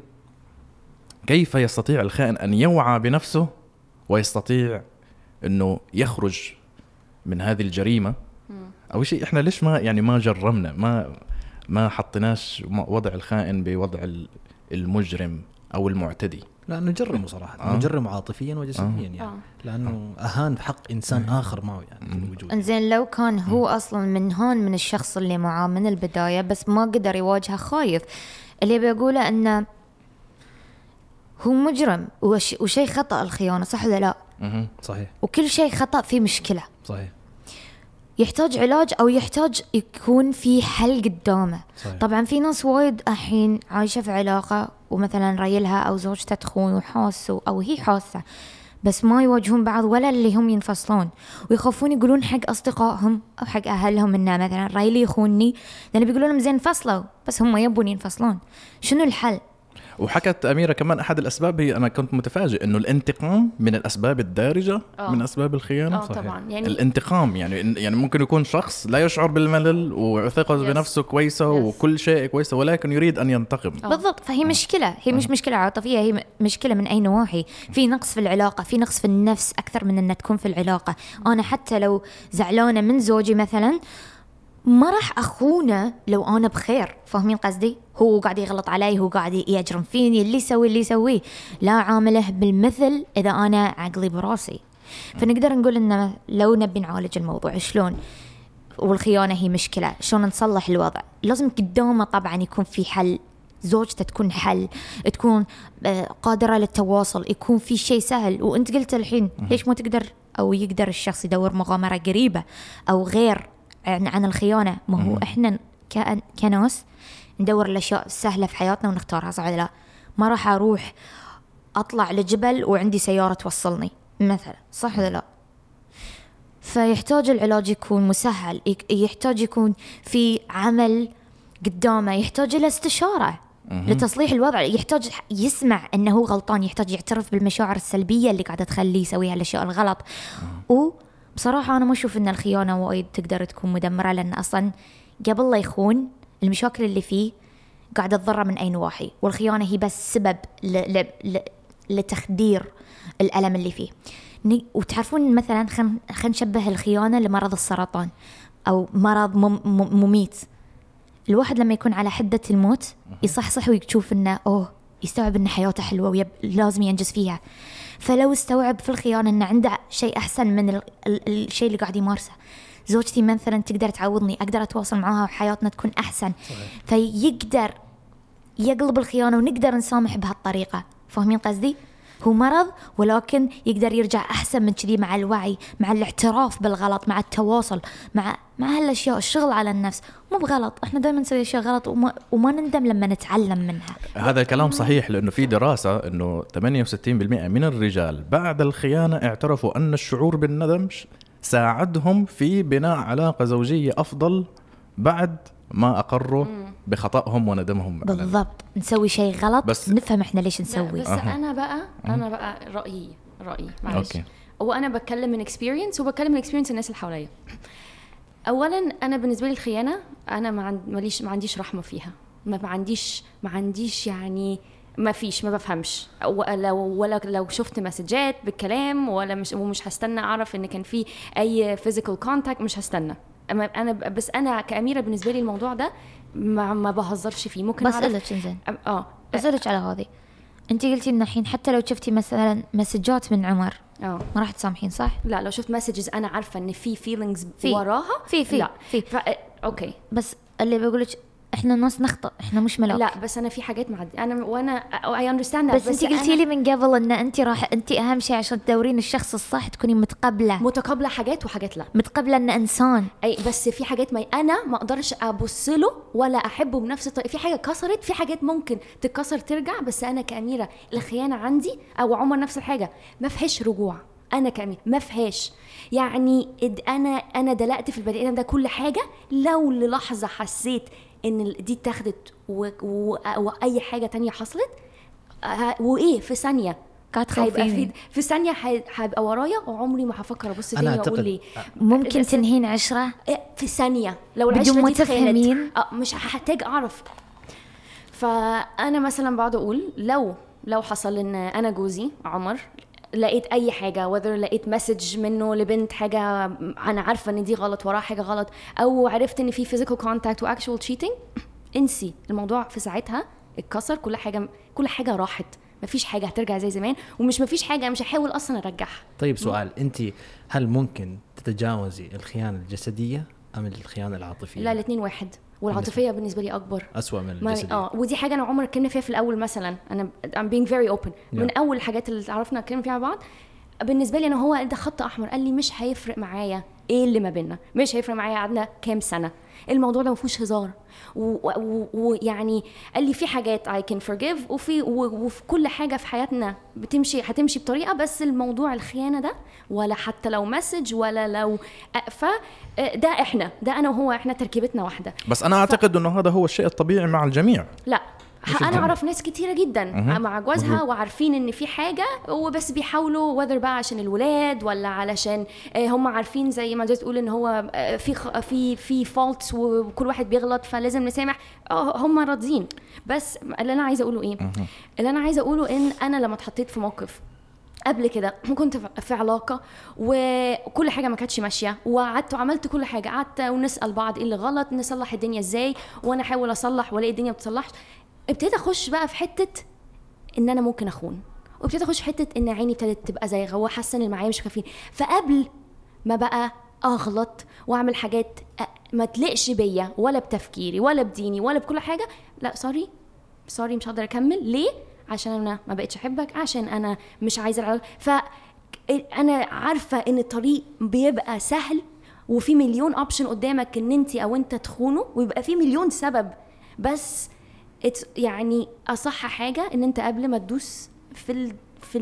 كيف يستطيع الخائن ان يوعى بنفسه ويستطيع انه يخرج من هذه الجريمة؟ اول شيء احنا ليش ما يعني ما جرمنا، ما ما حطيناش وضع الخائن بوضع المجرم او المعتدي؟ لانه جرموا صراحه آه. جرموا عاطفيا وجسديا آه. يعني آه. لانه اهان بحق انسان اخر معه يعني في الوجود. انزين لو كان هو اصلا من هون من الشخص اللي معاه من البدايه بس ما قدر يواجهه، خايف، اللي بيقوله انه هو مجرم وش وشيء خطأ الخيانه، صح ولا لا؟ مهم. صحيح وكل شيء خطأ فيه مشكله، صحيح يحتاج علاج او يحتاج يكون في حل قدامه. صحيح. طبعا في ناس وايد الحين عايشه في علاقه ومثلا ريلها او زوجته تخون وحاسه او هي حاسه، بس ما يواجهون بعض ولا اللي هم ينفصلون، ويخافون يقولون حق اصدقائهم او حق اهلهم انه مثلا ريلي يخونني، لان بيقولون لهم زين انفصلوا بس هم يبون ينفصلون. شنو الحل؟ وحكت أميرة كمان أحد الأسباب هي، أنا كنت متفاجئ إنه الانتقام من الأسباب الدارجة آه. من أسباب الخيانة. اه طبعا يعني الانتقام يعني يعني ممكن يكون شخص لا يشعر بالملل وثقته Yes. بنفسه كويسة Yes. وكل شيء كويسة، ولكن يريد أن ينتقم. آه. بالضبط، فهي مشكله، هي مش مشكله عاطفيه، هي م- مشكله من اي نواحي. في نقص في العلاقه، في نقص في النفس اكثر من ان تكون في العلاقه. انا حتى لو زعلانه من زوجي مثلا ما راح اخونه لو انا بخير، فاهمين قصدي؟ هو قاعد يغلط علي، هو قاعد يجرم فيني، اللي يسوي اللي يسويه لا عامله بالمثل اذا انا عقلي براسي. فنقدر نقول انه لو نبي نعالج الموضوع شلون، والخيانه هي مشكله، شلون نصلح الوضع؟ لازم قدامه طبعا يكون في حل، زوجته تكون حل، تكون آه، قادره للتواصل، يكون في شيء سهل. وانت قلت الحين ليش ما تقدر او يقدر الشخص يدور مغامره قريبه او غير عن, عن الخيانه؟ ما هو احنا كأن كناس ندور الاشياء السهله في حياتنا ونختارها، صح ولا لا؟ ما راح اروح اطلع لجبل وعندي سياره توصلني مثلا، صح ولا لا؟ فيحتاج العلاج يكون مسهل، يك- يحتاج يكون في عمل قدامه، يحتاج إلى استشارة لتصليح الوضع، يحتاج يسمع أنه هو غلطان، يحتاج يعترف بالمشاعر السلبية اللي قاعدة تخليه يسوي هالأشياء الغلط. وبصراحة أنا ما أشوف أن الخيانة وايد تقدر تكون مدمرة، لأن أصلا قبل لا يخون المشاكل اللي فيه قاعدة تضره من أي نواحي، والخيانة هي بس سبب ل- ل- ل- لتخدير الألم اللي فيه. ن- وتعرفون مثلا خن خن نشبه الخيانة لمرض السرطان أو مرض مم مم مميت. الواحد لما يكون على حدة الموت يصحصح ويشوف إنه أوه، يستوعب إن حياته حلوة ويب لازم ينجز فيها. فلو استوعب في الخيانة إنه عنده شيء أحسن من ال ال الشيء اللي قاعد يمارسه، زوجتي مثلا تقدر تعوضني، أقدر أتواصل معها وحياتنا تكون أحسن. صحيح. فيقدر يقلب الخيانة ونقدر نسامح بهالطريقة. فاهمين قصدي؟ هو مرض ولكن يقدر يرجع أحسن من كذي مع الوعي، مع الاعتراف بالغلط، مع التواصل، مع مع هالأشياء، الشغل على النفس. مو بغلط، احنا دائما نسوي أشياء غلط وما, وما نندم لما نتعلم منها. هذا الكلام صحيح، لأنه في دراسة أنه ثمانية وستين بالمئة من الرجال بعد الخيانة اعترفوا أن الشعور بالندم ساعدهم في بناء علاقة زوجية أفضل بعد ما أقروا بخطأهم وندمهم. بالضبط، نسوي شيء غلط بس نفهم احنا ليش لا، نسوي. بس انا بقى انا بقى رايي رايي معلش، أوكي. هو انا بتكلم من اكسبيرينس وبتكلم من اكسبيرينس الناس اللي حواليا. اولا انا بالنسبه لي الخيانه انا ما عند ماليش ما عنديش رحمه فيها، ما ما عنديش ما عنديش يعني ما فيش، ما بفهمش، ولا ولا لو شفت مسجات بالكلام ولا مش ومش هستنى اعرف ان كان في اي فيزيكال كونتاكت، مش هستنى. اما انا بس انا كأميرة بالنسبه لي الموضوع ده ما, ما بهزرش فيه. ممكن بس اعرف قلت زين اه بسألك على هذه، انت قلتي ان الحين حتى لو شفتي مثلا مسجات من عمر اه ما راح تسامحين، صح؟ لا، لو شفت مسجز انا عارفه ان في فيلينجز في. وراها، في في لا في ف... اوكي. بس اللي بقولك احنا الناس نخطئ، احنا مش ملاك. لا بس انا في حاجات معدي انا وانا اي اندرستاند، بس, بس انت قلتي لي من قبل ان انت راح انت اهم شيء عشان تدورين الشخص الصح تكوني متقبله متقبله حاجات وحاجات لا. متقبله انه انسان. اي بس في حاجات ما انا ما اقدرش ابص له ولا احبه بنفس الطريقه. في حاجه كسرت، في حاجات ممكن تتكسر ترجع، بس انا كأميرة الخيانه عندي او عمر نفس الحاجه ما فيهاش رجوع. انا كأميرة ما فيهاش يعني انا انا دلقت في البني ادم ده كل حاجه، لو للحظه حسيت ان ال- دي اتاخدت و... و... واي حاجه تانية حصلت ه- وايه في ثانيه قاعد هيبقى في تخوفيني. في ثانيه هي- هيبقى ورايا وعمري ما هفكر ابص أنا تاني واقول أعتقد ليه ممكن بس- تنهين عشرة إيه، في ثانيه لو بدون العشره ما دي اتخيلت تفهمين. اه مش هحتاج اعرف. فانا مثلا بقعد اقول لو لو حصل ان انا جوزي عمر لقيت اي حاجه whether لقيت مسج منه لبنت حاجه انا عارفه ان دي غلط وراها حاجه غلط او عرفت ان في physical contact و actual cheating انسي الموضوع في ساعتها اتكسر. كل حاجه كل حاجه راحت مفيش حاجه هترجع زي زمان ومش مفيش حاجه مش هحاول اصلا ارجعها. طيب سؤال، انت هل ممكن تتجاوزي الخيانه الجسديه ام الخيانه العاطفيه؟ لا الاثنين واحد والعاطفيه بالنسبه لي اكبر. اسوأ من ما الجسديه. اه ودي حاجه انا عمر اتكلمنا فيها في الاول. مثلا انا I'm being very open من Yeah. اول الحاجات اللي عرفنا نتكلم فيها مع بعض بالنسبه لي انا هو ده خط احمر. قال لي مش هيفرق معايا ايه اللي ما بيننا مش هيفرق معايا قعدنا كام سنه الموضوع ده ما فيهوش هزار ويعني قال لي في حاجات I can forgive وفي و- وفي كل حاجه في حياتنا بتمشي هتمشي بطريقه بس الموضوع الخيانه ده ولا حتى لو مسج ولا لو ف ده احنا ده انا وهو احنا تركيبتنا واحده. بس انا اعتقد انه هذا هو الشيء الطبيعي مع الجميع. لا مش انا الجميع. اعرف ناس كتيره جدا مع جوازها وعارفين ان في حاجه وبس بيحاولوا whether بقى عشان الولاد ولا علشان آه، هم عارفين زي ما جيت تقول ان هو آه، في خ- في في فولتس وكل واحد بيغلط فلازم نسامح. اه هم راضيين. بس اللي انا عايزه اقوله ايه اللي انا عايزه اقوله ان انا لما اتحطيت في موقف قبل كده كنت في علاقة وكل حاجة ما كانتش ماشية وقعدت وعملت كل حاجة قعدت ونسأل بعض ايه اللي غلط نصلح الدنيا ازاي وانا احاول اصلح والاقي الدنيا بتصلحش. ابتديت اخش بقى في حتة ان انا ممكن اخون وابتديت اخش في حتة ان عيني ابتدت تبقى زايغة وحاسة ان المعايا مش كافيين. فقبل ما بقى اغلط واعمل حاجات ما تلقش بيا ولا بتفكيري ولا بديني ولا بكل حاجة لا سوري سوري مش هقدر اكمل. ليه؟ عشان انا ما بقتش احبك عشان انا مش عايزه العلاقه. فانا عارفه ان الطريق بيبقى سهل وفي مليون اوبشن قدامك ان انت او انت تخونه ويبقى في مليون سبب. بس it's يعني اصح حاجه ان انت قبل ما تدوس في ال في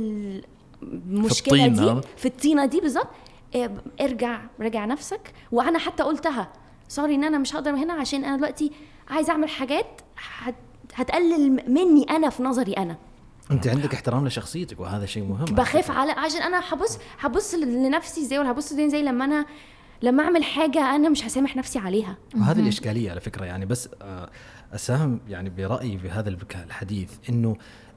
المشكله الطين، دي ها؟ في الطينه دي بالظبط اه، ارجع راجع نفسك. وانا حتى قلتها سوري ان انا مش هقدر من هنا عشان انا دلوقتي عايزه اعمل حاجات هت هتقلل مني انا في نظري انا. انت عندك احترام لشخصيتك وهذا شيء مهم. بخاف على عشان انا هبص هبص لنفسي زي ولا هبص زي, زي لما انا لما اعمل حاجه انا مش هسامح نفسي عليها. وهذه الاشكاليه على فكره يعني. بس آه، اساهم يعني برايي في هذا الحديث انه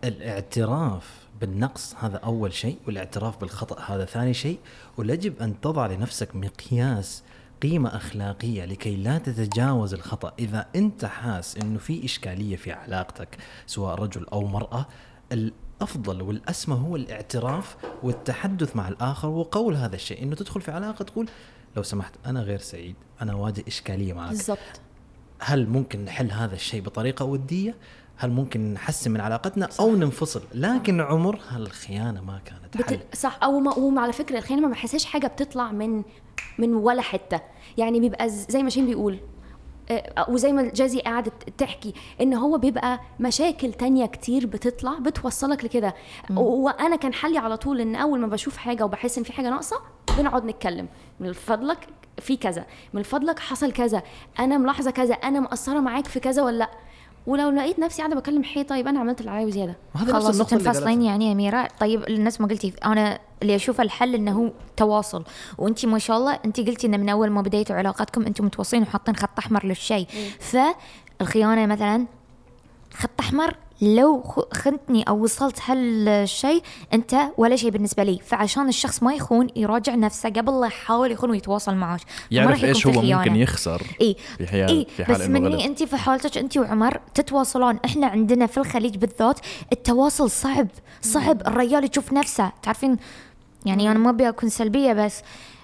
الاعتراف بالنقص هذا اول شيء والاعتراف بالخطا هذا ثاني شيء. ويجب ان تضع لنفسك مقياس قيمة أخلاقية لكي لا تتجاوز الخطأ. إذا أنت حاس أنه في إشكالية في علاقتك سواء رجل أو مرأة الأفضل والأسمى هو الاعتراف والتحدث مع الآخر وقول هذا الشيء. أنه تدخل في علاقة تقول لو سمحت أنا غير سعيد أنا واجه إشكالية معك بالضبط. هل ممكن نحل هذا الشيء بطريقة ودية؟ هل ممكن نحسن من علاقتنا أو ننفصل؟ لكن عمر هالخيانة ما كانت حل. بت... صح. أو ما... وعلى فكرة الخيانة ما بحسش حاجة بتطلع من من ولا حتة. يعني بيبقى زي ما شين بيقول آه، وزي ما جازي قاعدة تحكي ان هو بيبقى مشاكل تانية كتير بتطلع بتوصلك لكده. وانا كان حلي على طول ان اول ما بشوف حاجة وبحس ان في حاجة ناقصة بنقعد نتكلم من فضلك في كذا من فضلك حصل كذا انا ملاحظة كذا انا مقصرة معاك في كذا ولا لا. ولو لقيت نفسي قاعده بكلم حيطه يبقى انا عملت اللي عليا وزياده. خلاص تنفصلين يعني يا أميرة. طيب الناس ما قلتي انا اللي اشوف الحل انه تواصل وانتي ما شاء الله انتي قلتي ان من اول ما بديتوا علاقتكم انتم متواصلين وحاطين خط احمر للشيء. فالخيانه مثلا خط احمر لو خنتني او وصلت هالشيء انت ولا شيء بالنسبه لي. فعشان الشخص ما يخون يراجع نفسه قبل لا يحاول يخون ويتواصل معك يعرف ايش هو ممكن يخسر إيه؟ في حيال إيه؟ في حال بس انه مني غلط. انت في حالتك انت وعمر تتواصلون. احنا عندنا في الخليج بالذات التواصل صعب صعب. الرجال يشوف نفسه تعرفين يعني انا ما ابي اكون سلبيه بس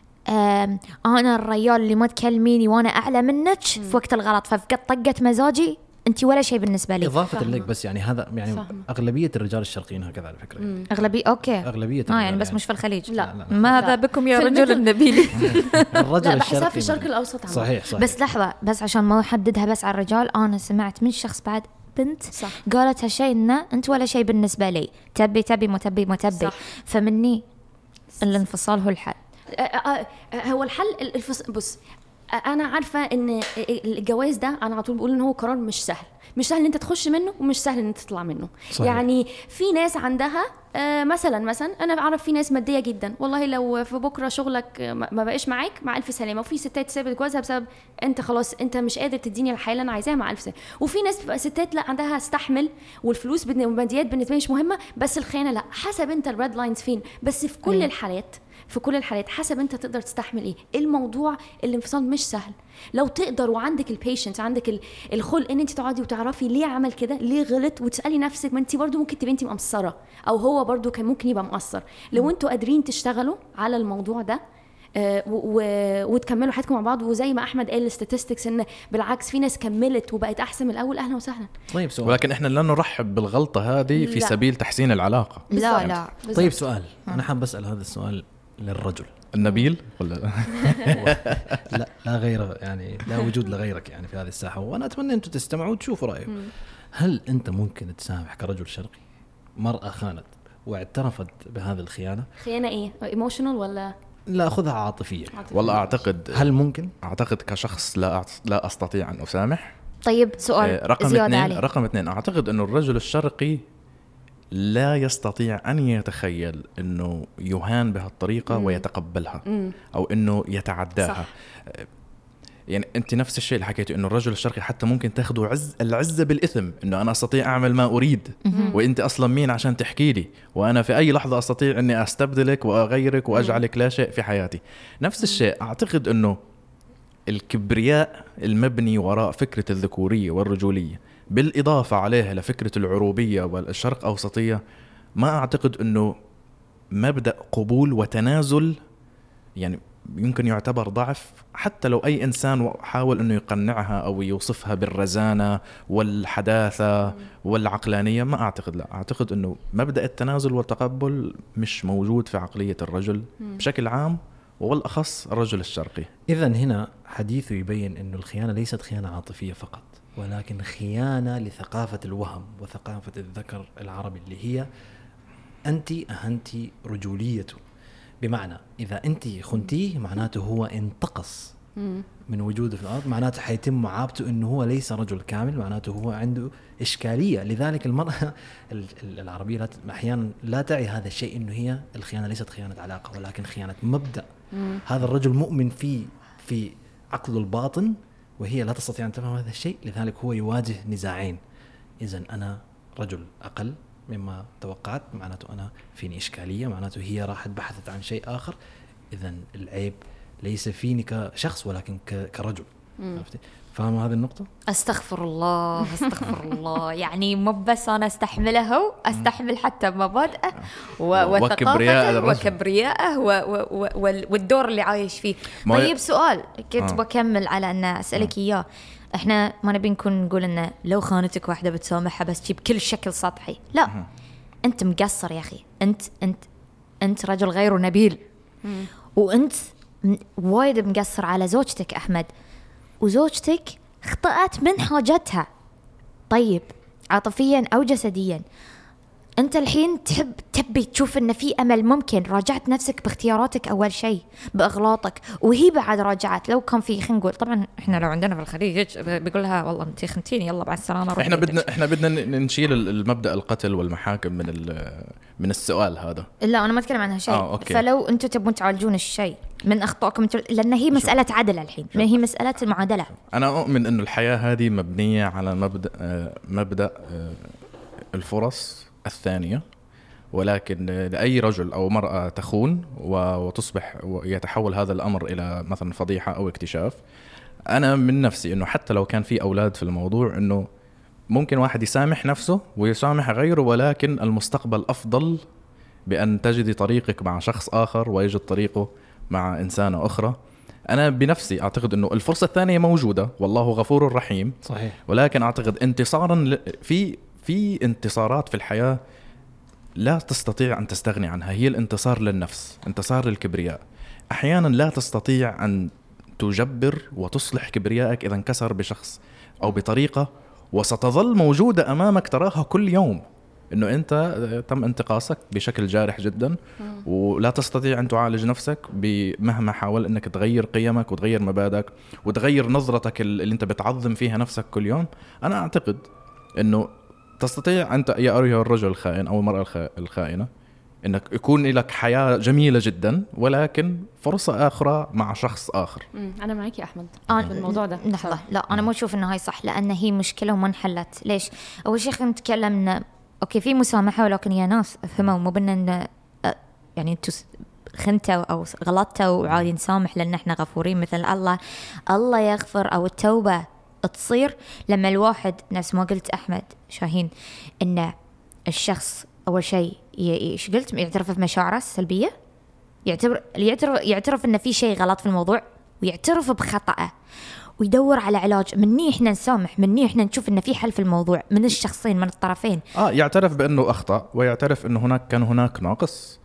انا الرجال اللي ما تكلميني وانا اعلى منك في وقت الغلط ففقدت طقه مزاجي انت ولا شيء بالنسبه لي. اضافه لك بس يعني هذا يعني فهمة. اغلبيه الرجال الشرقيين هكذا على فكره يعني. اغلبيه اوكي اغلبيه اه يعني الرجال بس مش في الخليج. لا, لا. ماذا بكم يا في رجل المثل- النبيل. الرجل لا بحسها الشرقي في الشرق الاوسط عمل. صحيح صحيح. بس لحظه بس عشان ما احددها بس على الرجال انا سمعت من شخص بعد بنت صح. قالت هالشيء انه انت ولا شيء بالنسبه لي تبي تبي ما تبي ما تبي. صح. فمني الانفصال هو الحل. آه، آه، آه، هو الحل الفص... بص انا عارفه ان الجواز ده انا على طول بقول ان هو قرار مش سهل، مش سهل ان انت تخش منه ومش سهل ان انت تطلع منه. صحيح. يعني في ناس عندها آه مثلا مثلا انا اعرف في ناس ماديه جدا، والله لو في بكره شغلك ما بقاش معاك مع الف سلامه، وفي ستات سابت جوازها بسبب انت خلاص انت مش قادر تديني الحياه اللي انا عايزاها مع الف سلامه، وفي ناس بتبقى ستات لا عندها استحمل والفلوس والماديات بالنسبه لي مش مهمه بس الخيانه لا، حسب انت الريد لاينز فين. بس في كل أيوة. الحالات في كل الحالات حسب انت تقدر تستحمل ايه. الموضوع الانفصال مش سهل، لو تقدر وعندك البيشنس عندك الخلق ان انت تقعدي وتعرفي ليه عمل كده ليه غلط وتسالي نفسك، ما انت برضو ممكن تبقي انت مقصره او هو برضو كان ممكن يبقى مقصر. لو انتوا قادرين تشتغلوا على الموضوع ده آه وتكملوا حياتكم مع بعض، وزي ما احمد قال الستاتستكس ان بالعكس في ناس كملت وبقت احسن من الاول، اهلا وسهلا. طيب سؤال. ولكن احنا لا نرحب بالغلطه هذه في لا. سبيل تحسين العلاقه. لا لا طيب سؤال، انا حاب اسال هذا السؤال للرجل النبيل ولا لا لا غيره، يعني لا وجود لغيرك يعني في هذه الساحه، وانا اتمنى انتم تستمعوا وتشوفوا رايكم. هل انت ممكن تسامح كرجل شرقي مرأة خانت واعترفت بهذه الخيانه؟ خيانه ايه، ايموشنال ولا لا خذها عاطفيه. والله اعتقد هل ممكن؟ اعتقد كشخص لا أعت- لا استطيع ان اسامح. طيب سؤال آه، رقم زيادة اثنين عليه. رقم اثنين اعتقد انه الرجل الشرقي لا يستطيع ان يتخيل انه يهان بهالطريقه مم. ويتقبلها مم. او انه يتعداها. صح. يعني انت نفس الشيء اللي حكيته انه الرجل الشرقي حتى ممكن تاخذه عز العزه بالاثم، انه انا استطيع اعمل ما اريد وانت اصلا مين عشان تحكي لي، وانا في اي لحظه استطيع اني استبدلك واغيرك واجعلك لا شيء في حياتي. نفس الشيء اعتقد انه الكبرياء المبني وراء فكره الذكوريه والرجوليه بالاضافه عليها لفكره العروبيه والشرق اوسطيه، ما اعتقد انه مبدا قبول وتنازل يعني يمكن يعتبر ضعف، حتى لو أي إنسان حاول أنه يقنعها أو يوصفها بالرزانة والحداثة والعقلانية. ما أعتقد، لا أعتقد أنه مبدأ التنازل والتقبل مش موجود في عقلية الرجل بشكل عام، والأخص الرجل الشرقي. إذن هنا حديثه يبين أنه الخيانة ليست خيانة عاطفية فقط، ولكن خيانة لثقافة الوهم وثقافة الذكر العربي اللي هي أنت أهنتي رجوليته. بمعنى إذا أنت خنتيه معناته هو انتقص من وجوده في الأرض، معناته حيتم معابته أنه هو ليس رجل كامل، معناته هو عنده إشكالية. لذلك المرأة العربية لا أحيانا لا تعي هذا الشيء، أنه هي الخيانة ليست خيانة علاقة ولكن خيانة مبدأ. هذا الرجل مؤمن فيه في عقله الباطن، وهي لا تستطيع أن تفهم هذا الشيء، لذلك هو يواجه نزاعين. إذن أنا رجل أقل مما توقعت، معناته أنا فيني إشكالية، معناته هي راحت بحثت عن شيء آخر. إذن العيب ليس فيني كشخص ولكن كرجل. عرفتي؟ فاهم هذه النقطة؟ استغفر الله استغفر الله. يعني مو بس أنا استحمله، أستحمل حتى مبادئه وثقافته وكبرياءه والدور اللي عايش فيه. طيب سؤال كنت بكمل على أن أسألك إياه. احنا ما نبي نكون نقول انه لو خانتك واحده بتسامحها بس تجيب كل شكل سطحي، لا. انت مقصر يا اخي، انت انت انت رجل غير نبيل، وانت وايد مقصر على زوجتك احمد، وزوجتك اخطأت من حاجتها، طيب عاطفيا او جسديا. انت الحين تحب تبي تشوف ان في امل ممكن، راجعت نفسك باختياراتك اول شيء، باغلاطك، وهي بعد راجعت. لو كان في خلينا نقول طبعا احنا لو عندنا في الخليج بيقول لها والله انت خنتيني يلا مع السلامه. احنا بدنا احنا بدنا نشيل المبدا القتل والمحاكم من من السؤال هذا. لا انا ما اتكلم عنها شيء. آه، فلو انتم تبون تعالجون الشيء من اخطائكم، لان هي مساله عدل الحين، ما هي مساله المعادله. انا اؤمن انه الحياه هذه مبنيه على مبدا مبدا الفرص الثانية، ولكن لأي رجل أو مرأة تخون وتصبح ويتحول هذا الأمر إلى مثلا فضيحة أو اكتشاف، أنا من نفسي أنه حتى لو كان في أولاد في الموضوع، أنه ممكن واحد يسامح نفسه ويسامح غيره، ولكن المستقبل أفضل بأن تجدي طريقك مع شخص آخر ويجد طريقه مع إنسانة أخرى. أنا بنفسي أعتقد أنه الفرصة الثانية موجودة، والله غفور رحيم. صحيح. ولكن أعتقد انتصارا في في انتصارات في الحياة لا تستطيع أن تستغني عنها، هي الانتصار للنفس، انتصار للكبرياء. أحيانا لا تستطيع أن تجبر وتصلح كبريائك إذا انكسر بشخص أو بطريقة، وستظل موجودة أمامك تراها كل يوم. انه انت تم انتقاصك بشكل جارح جدا ولا تستطيع ان تعالج نفسك بمهما حاول انك تغير قيمك وتغير مبادئك وتغير نظرتك اللي انت بتعظم فيها نفسك كل يوم. انا اعتقد انه تستطيع انت يا ايها الرجل الخائن او المرأة الخائنة انك يكون لك حياة جميلة جدا ولكن فرصة اخرى مع شخص اخر. انا معاك يا احمد آه في الموضوع ده. لحظة، لا انا مو اشوف انه هاي صح، لان هي مشكلة وما انحلت. ليش؟ اول شيء خلينا نتكلم إن اوكي في مسامحة، ولكن يا ناس افهموا مو بان يعني انتوا خنتوا او غلطتوا وعادي نسامح لان احنا غفورين مثل الله. الله يغفر او التوبة تصير لما الواحد نفس ما قلت احمد شاهين ان الشخص اول شيء ايش قلت يعترف بمشاعره السلبيه، يعتبر يعترف يعترف ان في شيء غلط في الموضوع ويعترف بخطأه ويدور على علاج. مني احنا نسامح، مني احنا نشوف ان في حل في الموضوع من الشخصين من الطرفين. اه يعترف بانه اخطأ ويعترف انه هناك كان هناك ناقص،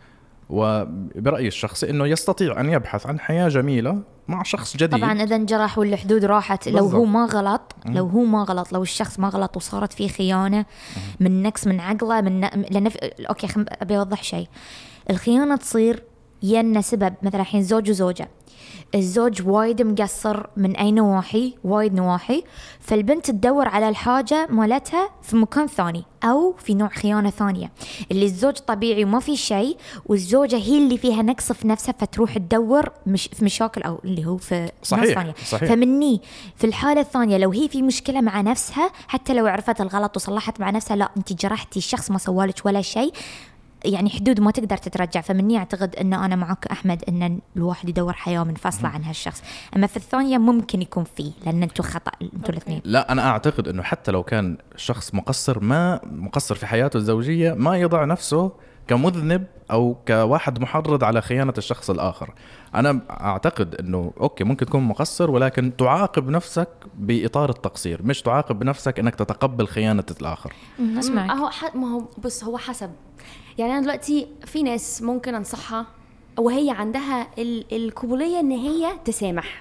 وبرأيي الشخصي انه يستطيع ان يبحث عن حياة جميلة مع شخص جديد. طبعا اذا انجرح والحدود راحت، لو هو ما غلط لو هو ما غلط لو الشخص ما غلط وصارت فيه خيانة من نقص من عقله من لأن في... اوكي خم... ابي اوضح شيء. الخيانة تصير ين سبب مثلا الحين زوج وزوجة، الزوج وايد مقصر من أي نواحي، وايد نواحي، فالبنت تدور على الحاجة مالتها في مكان ثاني أو في نوع خيانة ثانية، اللي الزوج طبيعي وما في شيء والزوجة هي اللي فيها نقص في نفسها فتروح تدور مش في مشاكل أو اللي هو في صحيح ناس ثانية. صحيح. فمني في الحالة الثانية لو هي في مشكلة مع نفسها حتى لو عرفت الغلط وصلحت مع نفسها، لا أنت جرحتي الشخص ما سوالك ولا شيء، يعني حدود ما تقدر تترجع. فمني أعتقد أن أنا معك أحمد أن الواحد يدور حياة منفصلة عن هالشخص. أما في الثانية ممكن يكون فيه لأن أنتوا خطأ أنتوا الاثنين. لا أنا أعتقد أنه حتى لو كان شخص مقصر ما مقصر في حياته الزوجية ما يضع نفسه كمذنب أو كواحد محرض على خيانة الشخص الآخر. أنا أعتقد أنه أوكي ممكن تكون مقصر ولكن تعاقب نفسك بإطار التقصير، مش تعاقب بنفسك أنك تتقبل خيانة الآخر. أسمعك. أهو ح... ما هو بص هو حسب. يعني أنا دلوقتي في ناس ممكن أنصحها وهي عندها ال... القبولية إن هي تسامح.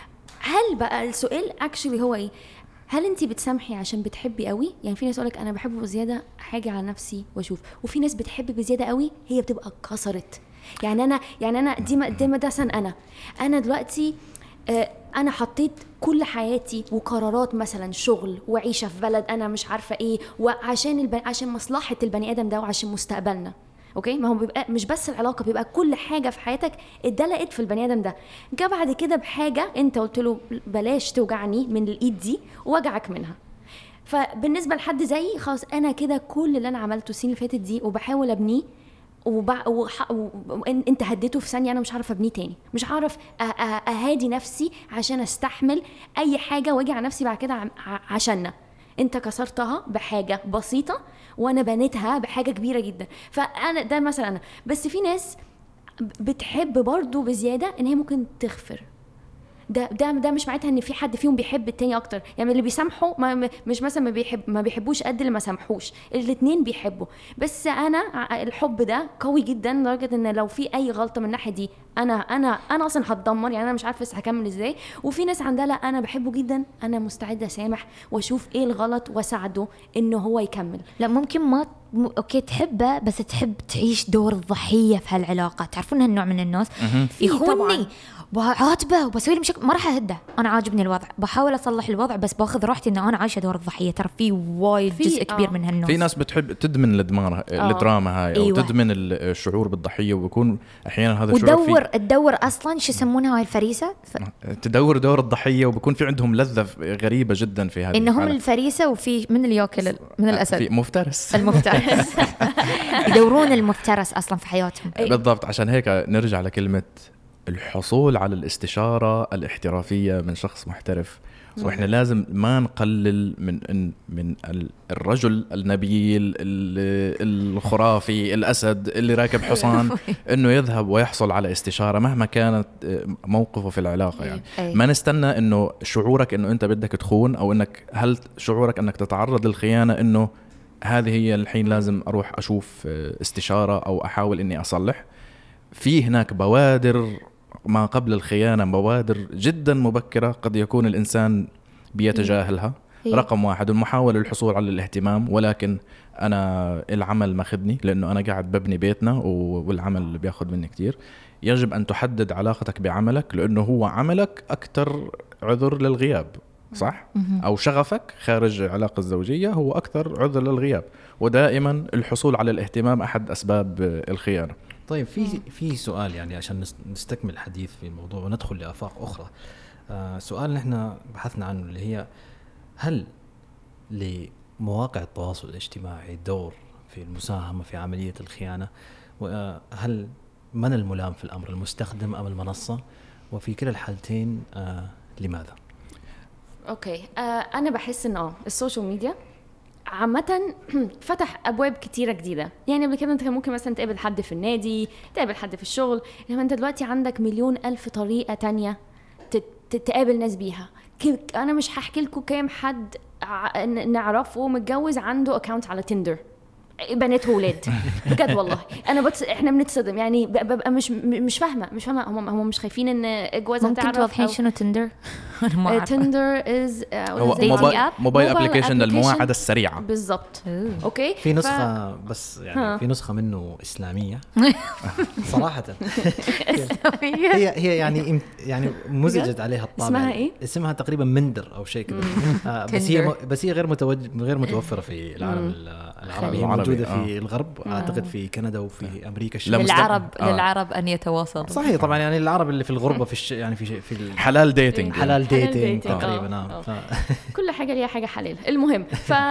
هل بقى السؤال actually هو إيه؟ هل انتي بتسامحي عشان بتحبي قوي؟ يعني في ناس يقولك انا بحب بزياده حاجه على نفسي واشوف، وفي ناس بتحب بزياده قوي هي بتبقى كسرت. يعني انا يعني انا دي دي مدرسه. انا انا دلوقتي آه انا حطيت كل حياتي وقرارات مثلا شغل وعيشه في بلد انا مش عارفه ايه، وعشان الب... عشان مصلحه البني ادم ده وعشان مستقبلنا. اوكي ما هو بيبقى مش بس العلاقه، بيبقى كل حاجه في حياتك اتدلقت في البني ادم ده. جه بعد كده بحاجه انت قلت له بلاش توجعني من الايد دي ووجعك منها. فبالنسبه لحد زيي خلاص انا كده كل اللي انا عملته السنين اللي فاتت دي وبحاول ابنيه وبع... وح... و... انت هديته في ثانيه، انا مش عارف ابنيه تاني، مش عارف أ... أ... اهادي نفسي عشان استحمل اي حاجه واجي على نفسي بعد كده ع... عشاننا. انت كسرتها بحاجه بسيطه وانا بنيتها بحاجه كبيره جدا. فانا ده مثلا أنا. بس في ناس بتحب برضو بزياده ان هي ممكن تغفر. ده ده ده مش معناتها ان في حد فيهم بيحب التاني اكتر. يعني اللي بيسامحوا ما مش مثلا ما بيحب ما بيحبوش قد اللي ما سامحوش، الاثنين بيحبوا. بس انا الحب ده قوي جدا لدرجه ان لو في اي غلطه من الناحيه دي انا انا انا اصلا هتدمر. يعني انا مش عارفه لسه هكمل ازاي. وفي ناس عندها لا انا بحبه جدا، انا مستعده اسامح واشوف ايه الغلط واساعده انه هو يكمل. لا ممكن ما م... اوكي تحبه بس تحب تعيش دور الضحيه في هالعلاقه. تعرفون هالنوع من الناس يخونني وعاتبه وبسوي له مشاكل، ما راح اهده. انا عاجبني الوضع، بحاول اصلح الوضع بس باخذ راحتي ان انا عايشه دور الضحيه. ترى في وايد جزء آه. كبير من هالناس. في ناس بتحب تدمن الدراما آه. الدراما هاي او أيوة. تدمن الشعور بالضحيه، ويكون احيانا هذا الشعور ودور تدور اصلا شو يسمونها هاي الفريسه ف... تدور دور الضحيه، وبيكون في عندهم لذه غريبه جدا في هذه انهم الفريسه. وفي من اللي ياكل من الاسد في مفترس المفترس يدورون المفترس اصلا في حياتهم. بالضبط. عشان هيك نرجع لكلمه الحصول على الاستشارة الاحترافية من شخص محترف. واحنا لازم ما نقلل من من الرجل النبيل الخرافي الأسد اللي راكب حصان انه يذهب ويحصل على استشارة مهما كانت موقفه في العلاقة. يعني ما نستنى انه شعورك انه انت بدك تخون او انك هل شعورك انك تتعرض للخيانة انه هذه هي الحين لازم اروح اشوف استشارة او احاول اني اصلح. في هناك بوادر ما قبل الخيانة، بوادر جدا مبكرة قد يكون الإنسان بيتجاهلها. رقم واحد المحاولة للحصول على الاهتمام، ولكن انا العمل ماخذني لانه انا قاعد ببني بيتنا والعمل بياخذ مني كتير. يجب ان تحدد علاقتك بعملك لانه هو عملك اكثر عذر للغياب، صح؟ او شغفك خارج العلاقه الزوجيه هو اكثر عذر للغياب، ودائما الحصول على الاهتمام احد اسباب الخيانه. طيب في في سؤال يعني عشان نستكمل الحديث في الموضوع وندخل لآفاق أخرى. آه سؤال نحن بحثنا عنه اللي هي هل لمواقع التواصل الاجتماعي دور في المساهمة في عملية الخيانة؟ وهل من الملام في الأمر، المستخدم أم المنصة؟ وفي كلا الحالتين آه لماذا؟ أوكي آه أنا بحس إن آه السوشيال ميديا عامة فتح أبواب كتيرة جديدة. يعني قبل كده أنت كان ممكن مثلا تقابل حد في النادي، تقابل حد في الشغل، لما أنت دلوقتي عندك مليون ألف طريقة تانية تقابل ناس بيها. أنا مش هحكي لكم كام حد نعرفه متجوز عنده أكاونت على تندر، بنات وولاد بجد والله. انا بتص... احنا بنتصدم يعني، ببقى مش مش فاهمه مش فاهمه هم هم مش خايفين ان الجواز هتعرف. ممكن توضحين شنو تندر؟ انا ما اعرف. تندر از هو موبايل موبايل ابلكيشن للمواعده السريعه بالضبط. اوكي في نسخه ف... بس يعني ها. في نسخه منه اسلاميه صراحه. هي هي يعني يعني مزجت عليها الطابع. اسمها ايه؟ اسمها تقريبا مندر او شيء كذا. آه بس هي بس هي غير متوج... غير متوفره في العالم العربي، موجوده في آه. الغرب آه. اعتقد في كندا وفي امريكا الشماليه. للعرب آه. للعرب ان يتواصلوا صحيح طبعا، يعني العرب اللي في الغربه في الش... يعني في في حلال ديتنج حلال ديتنج تقريبا. اه كل حاجه ليها حاجه حلال. المهم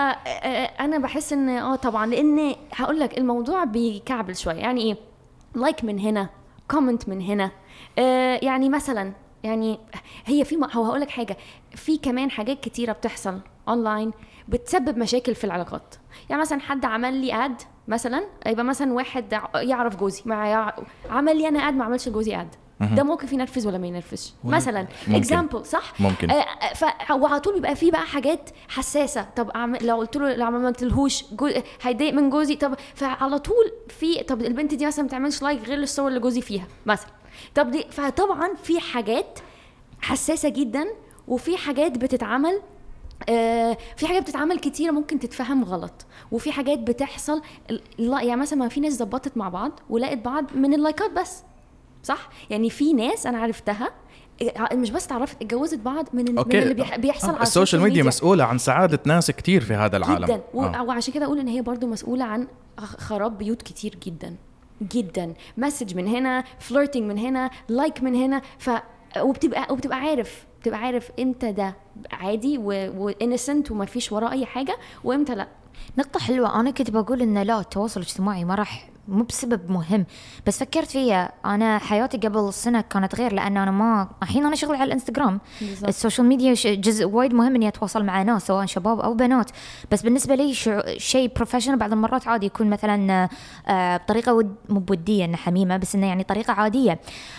فانا بحس ان اه طبعا، لان هقول لك الموضوع بيكعبل شويه. يعني ايه لايك من هنا، كومنت من هنا، آه يعني مثلا يعني هي في هو هقول لك حاجه، في كمان حاجات كتيره بتحصل اونلاين بتسبب مشاكل في العلاقات. يعني مثلا حد عمل لي اد مثلا، يبقى مثلا واحد يعرف جوزي مع عمل لي انا اد ما عملش جوزي اد، ده ممكن ينرفز ولا ما ينرفزش مثلا، اكزامبل صح ممكن. آه فعلى طول بيبقى فيه بقى حاجات حساسه. طب لو قلت له لو ما عملتلهوش هيضايق من جوزي، طب فعلى طول في طب البنت دي مثلا ما بتعملش لايك غير للصور اللي جوزي فيها مثلا. طب دي فطبعا في حاجات حساسه جدا، وفي حاجات بتتعمل آه في حاجات بتتعمل كتيرة ممكن تتفهم غلط، وفي حاجات بتحصل يعني مثلا ما في ناس زبطت مع بعض ولقت بعض من اللايكات بس، صح؟ يعني في ناس انا عرفتها مش بس تعرفت اتجوزت بعض من, من اللي بيحصل آه. على السوشيال ميديا مسؤولة عن سعادة ناس كتير في هذا العالم جدا. آه. وعشان كده اقول ان هي برضو مسؤولة عن خراب بيوت كتير جدا جدا. مسج من هنا، فليرتنج من هنا، لايك من هنا، ف وبتبقى وبتبقى عارف بتبقى عارف امتى ده عادي وانسنت وما فيش وراه اي حاجه وامتى لا. نقطه حلوه. انا كنت بقول ان لا، التواصل الاجتماعي ما راح مو بسبب مهم، بس فكرت فيها انا حياتي قبل سنه كانت غير، لان انا ما الحين انا شغل على الانستغرام. بالزبط. السوشيال ميديا جزء وايد مهم اني اتواصل مع ناس سواء شباب او بنات، بس بالنسبه لي شيء بروفيشنال بعض المرات عادي يكون مثلا بطريقه ود... مو بوديه انه حميمه، بس انه يعني طريقه عاديه.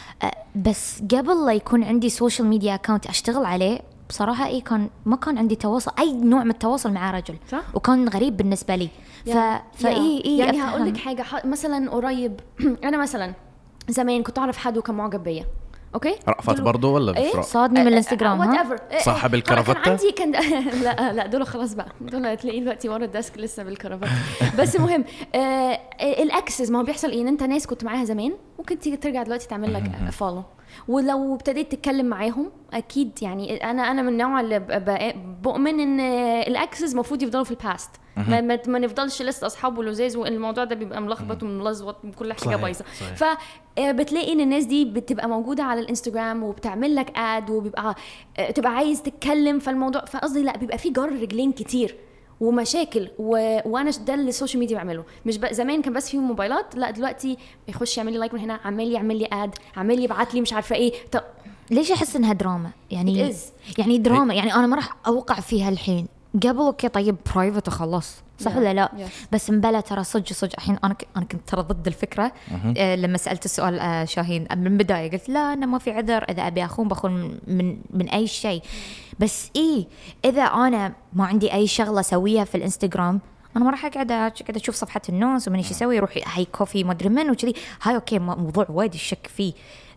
بس قبل لا يكون عندي سوشيال ميديا اكاونت اشتغل عليه بصراحه اي كان ما كان عندي تواصل، اي نوع من التواصل مع رجل، صح؟ وكان غريب بالنسبه لي. ف فاي اي يعني هقول لك حاجه مثلا قريب انا مثلا زمان كنت اعرف حد وكان معجب بيا، اوكي رأفت برضو ولا إيه؟ صادني من الانستغرام ها صاحب الكرافتة كان عندي كان لا لا دول خلاص بقى، دول هتلاقيه دلوقتي ورا الديسك لسه بالكرافتة. بس المهم آه الاكسس ما هو بيحصل ايه، ان انت ناس كنت معاها زمان ممكن تيجي ترجع دلوقتي تعمل لك فولو، ولو ابتديت تتكلم معاهم اكيد يعني انا انا من النوع اللي بؤمن ان الاكسس المفروض يفضلوا في الباست، ما, ما نفضلش لسه اصحاب ولزاز، والموضوع ده بيبقى ملخبط وملزوط وكل حاجه بايظه. فبتلاقي ان الناس دي بتبقى موجوده على الانستغرام وبتعمل لك اد وبيبقى تبقى عايز تتكلم، فالموضوع فقصدي لا بيبقى فيه جر رجلين كتير ومشاكل و... وانا ده اللي السوشيال ميديا بيعمله. مش ب... زمان كان بس فيه موبايلات، لا دلوقتي يخش يعمل لي لايك من هنا، عمال يعمل لي اد، عمال يبعت لي مش عارفه ايه. طب ليش احس انها دراما يعني؟ يعني دراما يعني انا ما راح اوقع فيها الحين. قبل اوكي طيب برايفت وخلاص، صح ولا لا؟ yes. بس مبلا ترى صدق صدق الحين انا ك... انا كنت ترى ضد الفكره. آه لما سالت السؤال آه شاهين من البدايه قلت لا انا ما في عذر، اذا ابي اخون بخون من من اي شيء. بس ايه اذا انا ما عندي اي شغله اسويها في الانستغرام انا ما راح اقعد اقعد اشوف صفحه الناس ومن ايش يسوي يروح هاي كوفي ما ادري من وكذي. هاي اوكي موضوع وايد الشك فيه،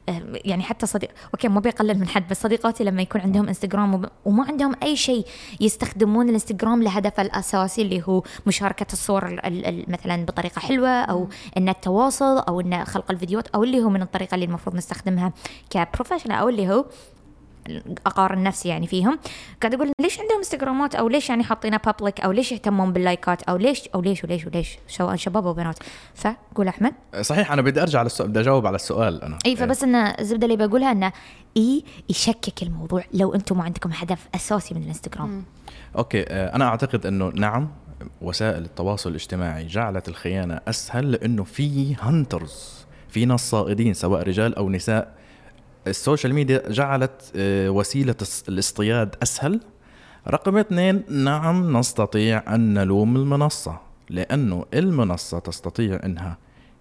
يعني حتى صديق اوكي ما بيقلل من حد، بس صديقاتي لما يكون عندهم انستغرام وب... وما عندهم اي شيء يستخدمون الانستغرام لهدفه الاساسي اللي هو مشاركه الصور ال... ال... مثلا بطريقه حلوه، او ان التواصل، او ان خلق الفيديوهات، او اللي هو من الطريقه اللي المفروض نستخدمها كبروفيشنال، او اللي هو اقارن نفسي يعني فيهم. قاعد اقول ليش عندهم انستغرامات، او ليش يعني حاطينها بابليك، او ليش يهتمون باللايكات، او ليش او ليش وليش وليش سواء شباب وبنات. فقول احمد. صحيح انا بدي ارجع للسؤال، بدي اجاوب على السؤال انا. اي فبس ان الزبده اللي بقولها انه اي يشكك الموضوع لو انتم ما عندكم هدف اساسي من الانستغرام. اوكي انا اعتقد انه نعم وسائل التواصل الاجتماعي جعلت الخيانه اسهل، لانه في هانترز، في ناس صائدين سواء رجال او نساء. السوشيال ميديا جعلت وسيلة الاصطياد أسهل. رقم اثنين، نعم نستطيع أن نلوم المنصة، لأنه المنصة تستطيع أنها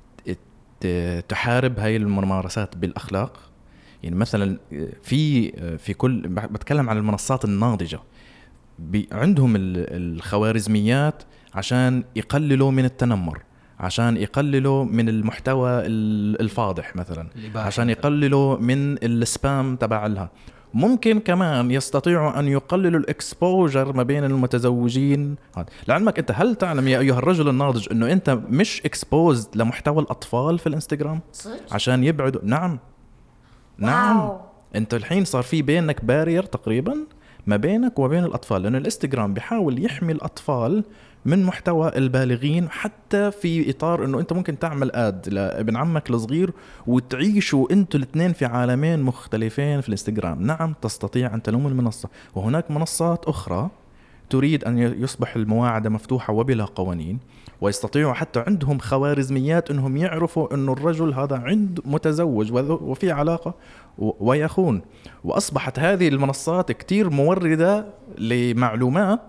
تحارب هاي الممارسات بالأخلاق. يعني مثلا في في كل بتكلم عن المنصات الناضجة، عندهم الخوارزميات عشان يقللوا من التنمر، عشان يقللوا من المحتوى الفاضح مثلا، عشان يقللوا من السبام تبع لها. ممكن كمان يستطيعوا أن يقللوا الإكسبوجر ما بين المتزوجين. لعلمك أنت، هل تعلم يا أيها الرجل الناضج أنه أنت مش إكسبوزد لمحتوى الأطفال في الإنستغرام عشان يبعدوا؟ نعم نعم واو. أنت الحين صار في بينك بارير تقريبا ما بينك وبين الأطفال، لأن الإنستغرام بيحاول يحمي الأطفال من محتوى البالغين، حتى في إطار أنه أنت ممكن تعمل آد لابن عمك الصغير وتعيشوا أنتوا الاثنين في عالمين مختلفين في الانستغرام. نعم تستطيع أن تلوم المنصة، وهناك منصات أخرى تريد أن يصبح المواعدة مفتوحة وبلا قوانين، ويستطيعوا حتى عندهم خوارزميات أنهم يعرفوا أنه الرجل هذا عند متزوج وفي علاقة ويخون. وأصبحت هذه المنصات كتير موردة لمعلومات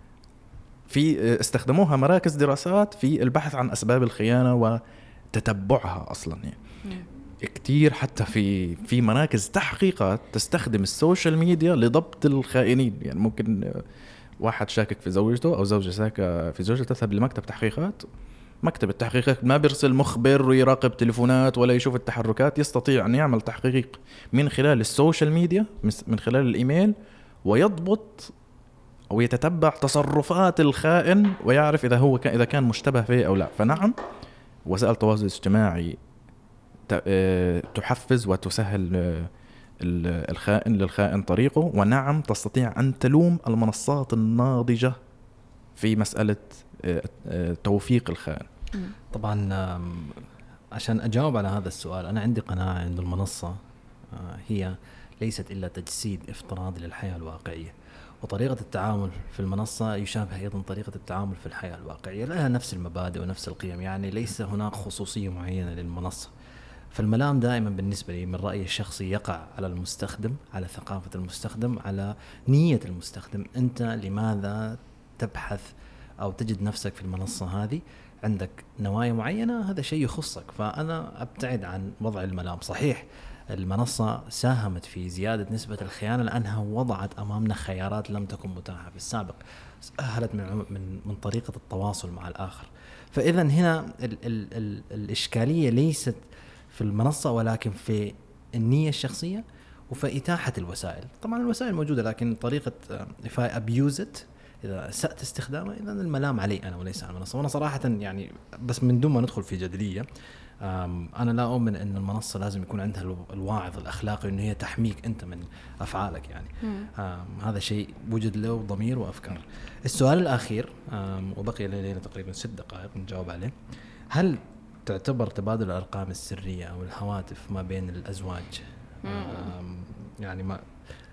في استخدموها مراكز دراسات في البحث عن أسباب الخيانة وتتبعها أصلا. يعني كتير حتى في في مراكز تحقيقات تستخدم السوشيال ميديا لضبط الخائنين. يعني ممكن واحد شاكك في زوجته أو زوجة شاكة في زوجته تذهب لمكتب تحقيقات، مكتب التحقيقات ما بيرسل مخبر ويراقب تليفونات ولا يشوف التحركات، يستطيع أن يعمل تحقيق من خلال السوشيال ميديا، من خلال الإيميل، ويضبط أو يتتبع تصرفات الخائن ويعرف إذا هو كان إذا كان مشتبه فيه أو لا. فنعم وسائل التواصل الاجتماعي تحفز وتسهل الخائن للخائن طريقه، ونعم تستطيع أن تلوم المنصات الناضجة في مسألة توفيق الخائن. طبعا عشان أجاوب على هذا السؤال، أنا عندي قناعة عند المنصة هي ليست إلا تجسيد افتراضي للحياة الواقعية، وطريقة التعامل في المنصة يشابه أيضا طريقة التعامل في الحياة الواقعية، لها نفس المبادئ ونفس القيم. يعني ليس هناك خصوصية معينة للمنصة. فالملام دائما بالنسبة لي من رأيي الشخصي يقع على المستخدم، على ثقافة المستخدم، على نية المستخدم. أنت لماذا تبحث أو تجد نفسك في المنصة هذه؟ عندك نوايا معينة، هذا شيء يخصك. فأنا أبتعد عن وضع الملام. صحيح المنصة ساهمت في زيادة نسبة الخيانة لأنها وضعت أمامنا خيارات لم تكن متاحة في السابق، سهلت من من من طريقة التواصل مع الآخر. فإذا هنا ال ال ال الإشكالية ليست في المنصة ولكن في النية الشخصية وفي إتاحة الوسائل. طبعا الوسائل موجودة، لكن طريقة if I abuse it، إذا سأت استخدامه، إذا الملام علي أنا وليس على المنصة. وأنا صراحة يعني بس من دون ما ندخل في جدلية، أنا لا أؤمن أن المنصة لازم يكون عندها الواعظ الأخلاقي أنه هي تحميك أنت من أفعالك. يعني هذا شيء وجد له ضمير وأفكار. السؤال الأخير وبقي لدينا تقريبا ست دقائق نجاوب عليه. هل تعتبر تبادل الأرقام السرية أو الهواتف ما بين الأزواج يعني ما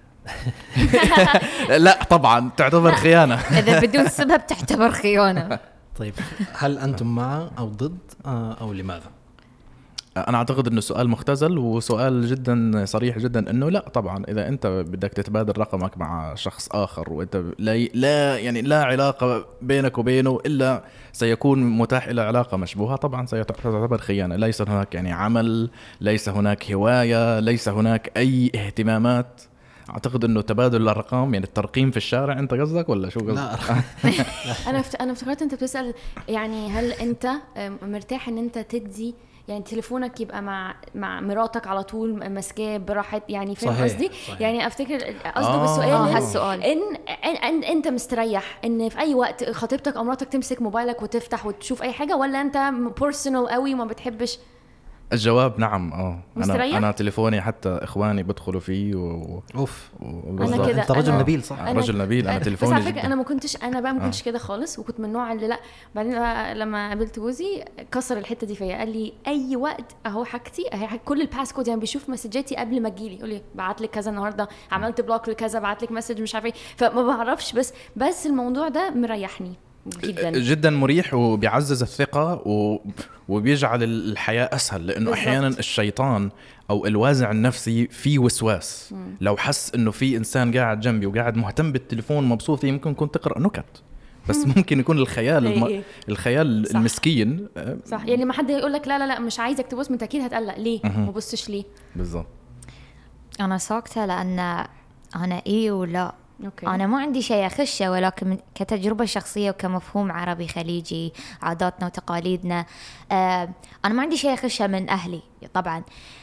لا طبعا تعتبر خيانة. إذا بدون سبب تعتبر خيانة. طيب هل أنتم مع أو ضد أو لماذا؟ أنا أعتقد أنه سؤال مختزل وسؤال جدا صريح جدا، أنه لا طبعا إذا أنت بدك تتبادل رقمك مع شخص آخر وأنت لا, لا يعني لا علاقة بينك وبينه إلا سيكون متاح إلى علاقة مشبوهة، طبعا سيعتبر خيانة. ليس هناك يعني عمل، ليس هناك هواية، ليس هناك أي اهتمامات. أعتقد إنه تبادل الأرقام يعني الترقيم في الشارع، أنت قصدك ولا شو قصدك؟ أنا أنا افتكرت أنت بتسأل يعني هل أنت مرتاح إن أنت تدي يعني تليفونك يبقى مع مع مراتك على طول ماسكاه براحه يعني فاهم صحيح، قصدي صحيح. يعني افتكر قصده آه. بالسؤال آه، إن- هالسؤال. إن, إن, ان انت مستريح ان في اي وقت خطيبتك او مراتك تمسك موبايلك وتفتح وتشوف اي حاجه ولا انت بيرسونال قوي وما بتحبش الجواب نعم. اه مستريح؟ انا انا تليفوني حتى اخواني بدخلوا فيه و... اوف وبالضبط. كده. انت رجل أنا- نبيل صح؟ أنا رجل نبيل، أنا بس تليفوني على فكره جداً. انا ما كنتش انا بقى ما كنتش كده خالص وكنت من النوع اللي لا بعدين بقى لما قابلت جوزي كسر الحته دي فيا قال لي اي وقت اهو حاجتي اهي كل الباس كود يعني بيشوف مسجاتي قبل ما تجيلي يقول لي بعت لك كذا النهارده عملت بلوك لكذا بعت لك مسج مش عارفه ايه فما بعرفش بس بس الموضوع ده مريحني جدا جدا مريح وبيعزز الثقة و... وبيجعل الحياة أسهل لأنه بالضبط. أحيانا الشيطان أو الوازع النفسي فيه وسواس. لو حس إنه في إنسان قاعد جنبي وقاعد مهتم بالتليفون مبسوط ممكن يكون تقرأ نكت بس ممكن يكون الخيال الم... إيه. الخيال صح. المسكين. صح يعني ما حد يقول لك لا لا لا مش عايزك تبص من اكيد هتقلق ليه ما بصش ليه بالضبط. انا ساكته لان انا ايه ولا اوكي أنا ما عندي شيء أخشه ولكن من- كتجربة شخصية وكمفهوم عربي خليجي عاداتنا وتقاليدنا آه أنا ما عندي شيء أخشه من أهلي طبعا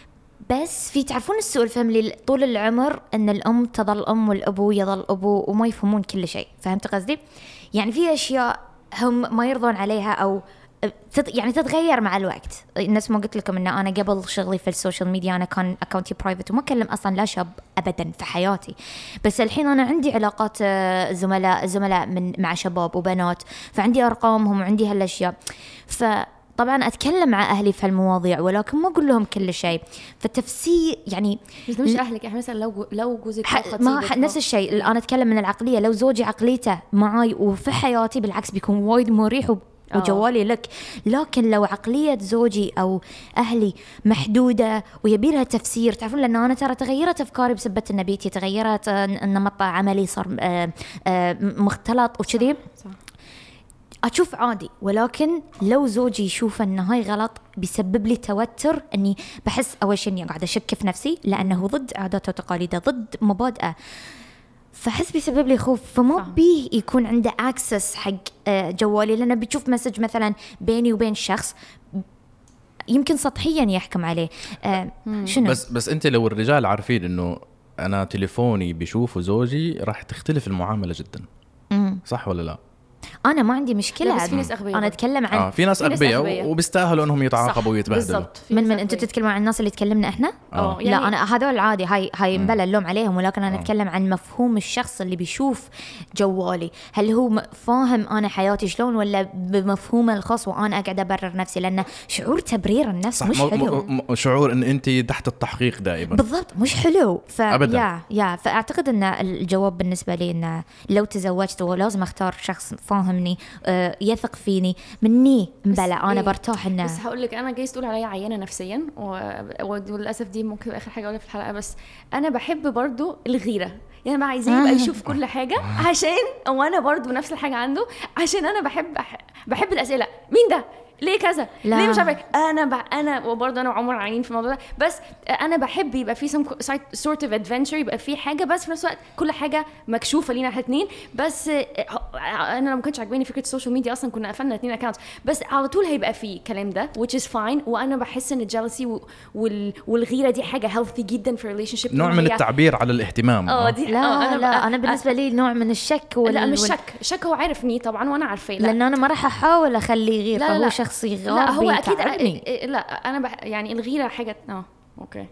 بس في تعرفون السوء الفهم اللي طول العمر أن الأم تظل أم والأبو يظل أبو وما يفهمون كل شيء فهمت قصدي يعني في أشياء هم ما يرضون عليها أو تت يعني تتغير مع الوقت. الناس ما قلت لكم ان انا قبل شغلي في السوشيال ميديا انا كان اكونتي برايفت وما اكلم اصلا لا شاب ابدا في حياتي بس الحين انا عندي علاقات زملاء زملاء من مع شباب وبنات فعندي ارقامهم وعندي هالاشياء فطبعا اتكلم مع اهلي في هالمواضيع ولكن ما اقول لهم كل شيء فالتفسير يعني بس ده مش اهلك يعني مثلا لو لو جوزك ح... أو ما خطيبك ح... نفس الشيء انا اتكلم من العقليه لو زوجي عقليته معاي وفي حياتي بالعكس بيكون وايد مريح و... وجوالي لك لكن لو عقلية زوجي أو أهلي محدودة ويبي لها تفسير تعرفون لأن أنا ترى تغيرت أفكاري بسبة أن بيتي تغيرت نمط عملي صار مختلط وكذي أشوف عادي ولكن لو زوجي يشوف أن هاي غلط بيسبب لي توتر أني بحس أول شيء أني قاعدة أشك في نفسي لأنه ضد عاداته وتقاليده ضد مبادئه فحس بيسبب لي خوف فما بيه يكون عنده اكسس حق جوالي لأنه بيشوف مسج مثلا بيني وبين شخص يمكن سطحيا يحكم عليه شنو بس بس انت لو الرجال عارفين انه انا تليفوني بيشوفه زوجي راح تختلف المعاملة جدا. مم. صح ولا لا؟ انا ما عندي مشكله بس في ناس أغبياء انا برضه. اتكلم عن اه في ناس في ناس اغبياء أغبياء. وبيستاهلوا انهم يتعاقبوا ويتبهدلوا. بالضبط في من ناس من انتوا أغبياء. تتكلموا عن الناس اللي تكلمنا احنا اه لا يعني انا هذول عادي هاي هاي مبلى اللوم عليهم ولكن انا اتكلم عن مفهوم الشخص اللي بيشوف جوالي هل هو م- فاهم انا حياتي شلون ولا بمفهومه الخاص وانا قاعده ابرر نفسي لان شعور تبرير النفس صح مش م- حلو م- م- شعور ان انت تحت التحقيق دائما. بالضبط مش حلو ف أبداً. يا يا فاعتقد ان الجواب بالنسبه لي انه لو تزوجت ولازم اختار شخص فاهمني آه، يثق فيني مني مبلى انا إيه؟ برتاح انه بس هقول لك انا جايز تقول عليا عيانه نفسيا و... وللاسف دي ممكن اخر حاجه اقولها في الحلقه بس انا بحب برضو الغيره يعني بقى عايزاه يبقى يشوف كل حاجه عشان وانا برضو نفس الحاجه عنده عشان انا بحب بحب الاسئله مين ده ليه كذا لا. ليه مش عارفه انا ب... انا وبرضه انا وعمر عاينين في الموضوع ده بس انا بحب يبقى في some sort of adventure يبقى في حاجه بس في نفس الوقت كل حاجه مكشوفه لينا احنا اتنين بس انا لو ما كنتش عاجباني فكره السوشيال ميديا اصلا كنا قفلنا اتنين اكونتس بس على طول هيبقى في الكلام ده which is fine وانا بحس ان الجالسي وال... والغيره دي حاجه healthy جدا في relationship نوع من التعبير على الاهتمام. اه آه. دي لا آه، أنا لا انا بالنسبه لي نوع من الشك وال... لا مش وال- شك شك هو عارفني طبعا وانا عارفاه لا لان انا ما راح احاول اخليه غير لا، لا، فهو لا. شخص غير لا هو اكيد بيتعبني. لا انا بح... يعني الغيره حاجه اه اوكي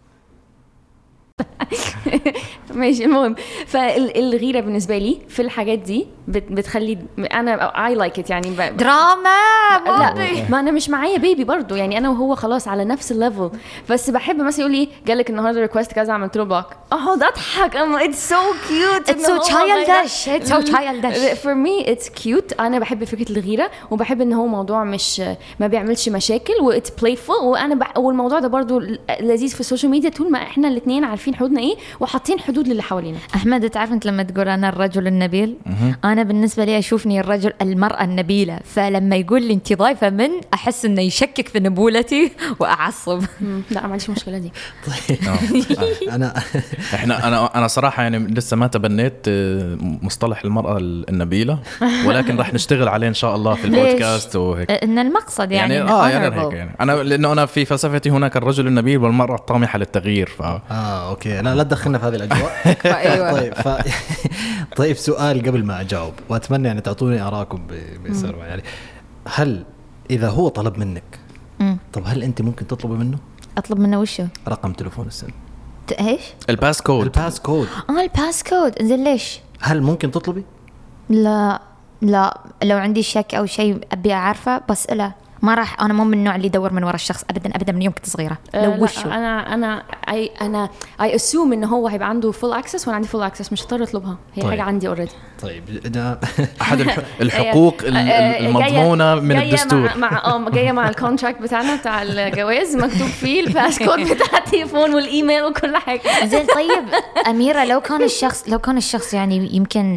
ماشي المهم فالغيره بالنسبه لي في الحاجات دي بت... بتخلي انا اي لايك ات يعني ب... دراما لا ماضي. ما انا مش معايا بيبي برضو يعني انا وهو خلاص على نفس الليفل بس بحب مثلا يقول لي جالك النهارده ريكوست كذا عملت له بلوك اقعد اضحك اتس سو كيوت It's so childish. It's so childish. for me it's cute انا بحب فكره الغيره وبحب ان هو موضوع مش ما بيعملش مشاكل و it's playful وانا بح... والموضوع ده برضو لذيذ في السوشيال ميديا طول ما احنا الاثنين عارفين حدودنا ايه وحاطين حدود للي حوالينا احمد تعرف انت لما تقول انا الرجل النبيل انا انا بالنسبه لي اشوفني الرجل المراه النبيله، فلما يقول لي انت ضايفه من احس انه يشكك في نبولتي واعصب. لا ما عنديش مشكله دي. طيب انا احنا انا انا صراحه يعني لسه ما تبنيت مصطلح المراه النبيله، ولكن راح نشتغل عليه ان شاء الله في البودكاست وهيك. ان المقصد يعني, يعني اه يعني هيك يعني انا لانه انا في فلسفتي هناك الرجل النبيل والمراه الطامحه للتغيير. ف اه اوكي لا لا تدخلنا في هذه الاجواء. طيب ف... طيب سؤال قبل ما اجاوب، واتمنى يعني تعطوني ارائكم بسرعه. يعني هل اذا هو طلب منك، مم. طب هل انت ممكن تطلبي منه؟ اطلب منه وشو؟ رقم تليفون السن. ايش؟ الباس كود. الباس كود. اه الباس كود. انزين ليش؟ هل ممكن تطلبي؟ لا لا، لو عندي شك او شيء ابي اعرفه بساله. ما راح، انا مو من النوع اللي يدور من وراء الشخص ابدا ابدا من يوم كنت صغيره. أه لو وشو انا انا اي انا اي اسيوم انه هو هيبقى عنده فول اكسس وانا عندي فول اكسس، مش هضطر اطلبها، هي طيب. حاجه عندي اوريدي. طيب ده احد الحقوق المضمونه من الدستور. مع مع اه جايه مع الكونتراكت بتاعنا بتاع الجواز مكتوب فيه الباس كود بتاع التليفون والايميل وكل حاجه. زين طيب اميره، لو كان الشخص لو كان الشخص يعني يمكن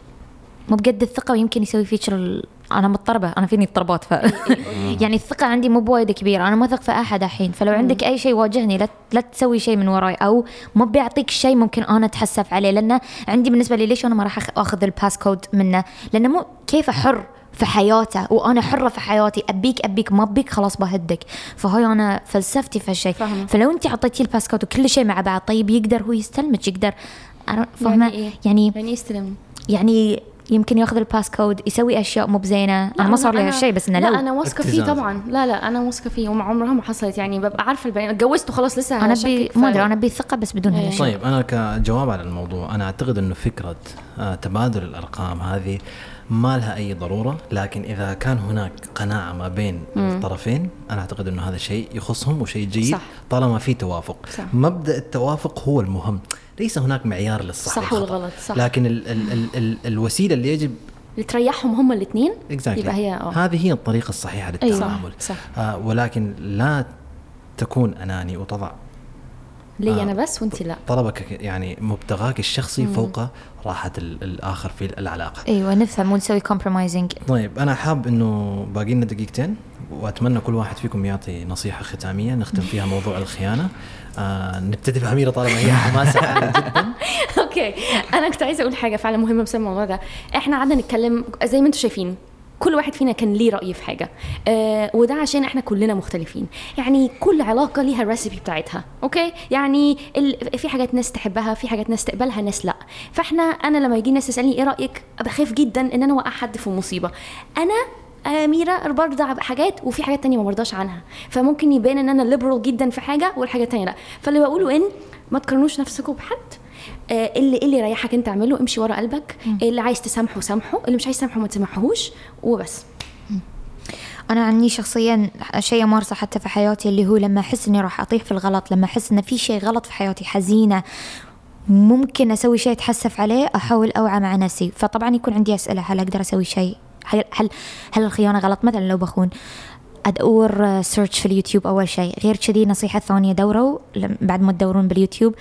مو بقد الثقه ويمكن يسوي فيتشر ال... انا مضطربه، انا فيني اضطرابات ف يعني الثقه عندي مو بوايد كبيره، انا ما اثق في احد الحين. فلو عندك اي شيء واجهني، لا لا تسوي شيء من وراي او ما بيعطيك شيء ممكن انا اتحسف عليه، لانه عندي بالنسبه لي ليش انا ما راح اخذ الباس كود منه؟ لانه مو كيف حر في حياته وانا حره في حياتي، ابيك ابيك ما ابيك خلاص بهدك. فهاي انا فلسفتي في الشيء. فلو انت اعطيتيه الباس كود وكل شيء مع بعض، طيب يقدر هو يستلمك، يقدر انا فاهمه يعني إيه؟ يعني يعني يستلم، يعني يمكن ياخذ الباس كود يسوي اشياء مو بزينه. انا ما صار لي هالشيء بس انه لا لو انا واثقه فيه طبعا. لا لا انا واثقه فيه وما عمرها ما حصلت، يعني ببقى عارفه البني اتجوزت وخلاص لسه انا بي ما ادري، انا بثقه بس بدون هالشيء. طيب انا كجواب على الموضوع، انا اعتقد انه فكره آه تبادل الارقام هذه ما لها اي ضروره، لكن اذا كان هناك قناعه ما بين مم. الطرفين انا اعتقد انه هذا شيء يخصهم وشيء جيد. صح. طالما في توافق. صح. مبدا التوافق هو المهم، ليس هناك معيار للصح صح والغلط. صح. لكن ال ال ال ال الوسيله اللي يجب اللي تريحهم هم الاثنين exactly. يبقى هي اه هذه هي الطريقه الصحيحه للتعامل. أيوة. صح. آه ولكن لا تكون اناني وتضع لي آه انا بس وانت لا، طلبك يعني مبتغاك الشخصي مم. فوق راحه الاخر في العلاقه. ايوه نفهم ونسوي كومبرومايزنج. طيب انا حاب انه باقي لنا دقيقتين، واتمنى كل واحد فيكم يعطي نصيحه ختاميه نختم فيها موضوع الخيانه. آه نبتدي بأميرة طالما هي حماسة عالية جدا. اوكي انا كنت عايزه اقول حاجه فعلا مهمه بسبب الموضوع ده. احنا قعدنا نتكلم زي ما انتم شايفين، كل واحد فينا كان ليه رأي في حاجة، آه وده عشان احنا كلنا مختلفين. يعني كل علاقة ليها الريسيبي بتاعتها، اوكي؟ يعني ال... في حاجات ناس تحبها، في حاجات ناس تقبلها، ناس لا. فاحنا انا لما يجي ناس تسألني ايه رأيك، بخاف جدا ان انا اوقع حد في مصيبة. انا أميرة برضى حاجات وفي حاجات تانية ما برضاش عنها، فممكن يبان ان انا ليبرال جدا في حاجة والحاجة التانية لا. فاللي بقوله ان ما تقارنوش نفسكم بحد، آه اللي اللي يريحك انت اعمله، امشي ورا قلبك. م. اللي عايز تسامحه سامحه، اللي مش عايز تسامحه ما تسامحوش وبس. م. انا عني شخصيا شيء امارسه حتى في حياتي، اللي هو لما احس اني راح اطيح في الغلط، لما احس ان في شيء غلط في حياتي، حزينه ممكن اسوي شيء اتحسف عليه، احاول اوعى مع نفسي. فطبعا يكون عندي اسئله، هل اقدر اسوي شيء؟ هل هل هل الخيانه غلط؟ مثلا لو بخون ادور سيرش في اليوتيوب اول شيء. غير كذي نصيحه ثانيه، دوروا بعد ما تدورون باليوتيوب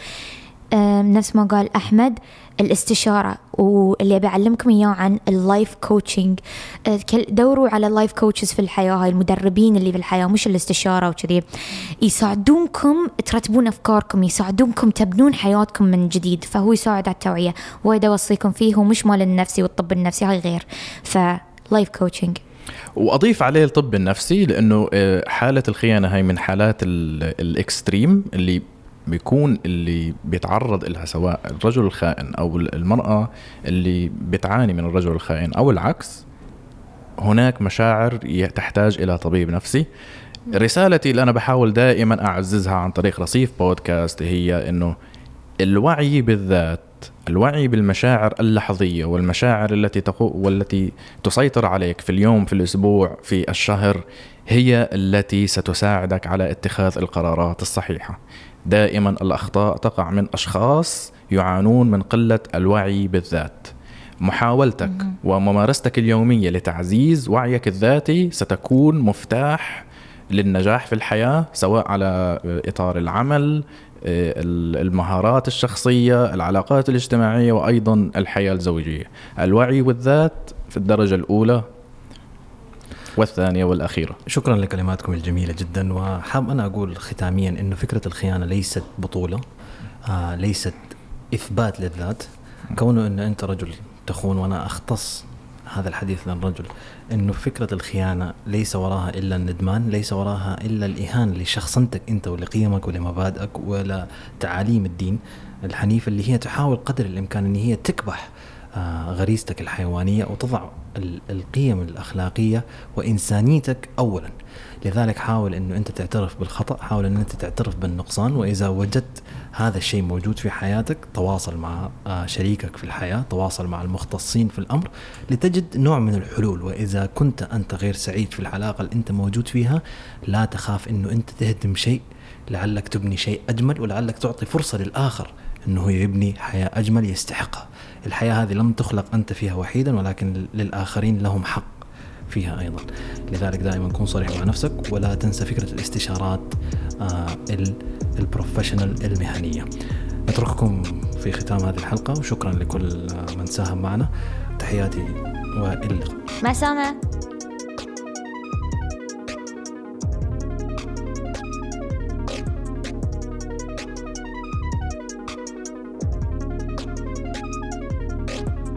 نفس ما قال احمد الاستشاره، واللي بعلمكم اياه عن اللايف كوتشنج. دوروا على اللايف كوتشز في الحياه، هاي المدربين اللي في الحياه، مش الاستشاره وكذي، يساعدونكم ترتبون افكاركم، يساعدونكم تبنون حياتكم من جديد. فهو يساعد على التوعيه، وايد اوصيكم فيه، ومش مال النفسي والطب النفسي، هاي غير. فلايف كوتشنج. واضيف عليه الطب النفسي، لانه حاله الخيانه هاي من حالات الاكستريم اللي بيكون اللي بيتعرض لها سواء الرجل الخائن او المرأة اللي بتعاني من الرجل الخائن او العكس. هناك مشاعر تحتاج الى طبيب نفسي. رسالتي اللي انا بحاول دائما اعززها عن طريق رصيف بودكاست هي انه الوعي بالذات، الوعي بالمشاعر اللحظية والمشاعر التي تقو والتي تسيطر عليك في اليوم، في الأسبوع، في الشهر، هي التي ستساعدك على اتخاذ القرارات الصحيحة. دائما الأخطاء تقع من أشخاص يعانون من قلة الوعي بالذات. محاولتك وممارستك اليومية لتعزيز وعيك الذاتي ستكون مفتاح للنجاح في الحياة، سواء على إطار العمل، المهارات الشخصية، العلاقات الاجتماعية، وأيضا الحياة الزوجية. الوعي والذات في الدرجة الأولى والثانية والأخيرة. شكرا لكلماتكم الجميلة جدا. وحاب أنا أقول ختاميا إنه فكرة الخيانة ليست بطولة، آه ليست إثبات للذات. كونه إنه أنت رجل تخون، وأنا أختص هذا الحديث للرجل، إنه فكرة الخيانة ليس وراها إلا الندمان، ليس وراها إلا الإهانة لشخصنتك أنت ولقيمك ولمبادئك ولتعاليم الدين الحنيف، اللي هي تحاول قدر الإمكان إن هي تكبح آه غريزتك الحيوانية وتضع القيم الأخلاقية وإنسانيتك أولا. لذلك حاول أنه أنت تعترف بالخطأ، حاول أن أنت تعترف بالنقصان، وإذا وجدت هذا الشيء موجود في حياتك تواصل مع شريكك في الحياة، تواصل مع المختصين في الأمر لتجد نوع من الحلول. وإذا كنت أنت غير سعيد في العلاقة اللي أنت موجود فيها، لا تخاف أنه أنت تهدم شيء لعلك تبني شيء أجمل، ولعلك تعطي فرصة للآخر أنه يبني حياة أجمل يستحقها. الحياة هذه لم تخلق أنت فيها وحيدا، ولكن للآخرين لهم حق فيها أيضا. لذلك دائما كن صريح مع نفسك، ولا تنسى فكرة الاستشارات آه البروفيشنال المهنية. نترككم في ختام هذه الحلقة، وشكرا لكل من ساهم معنا. تحياتي وإلى اللقاء. مع السلامة.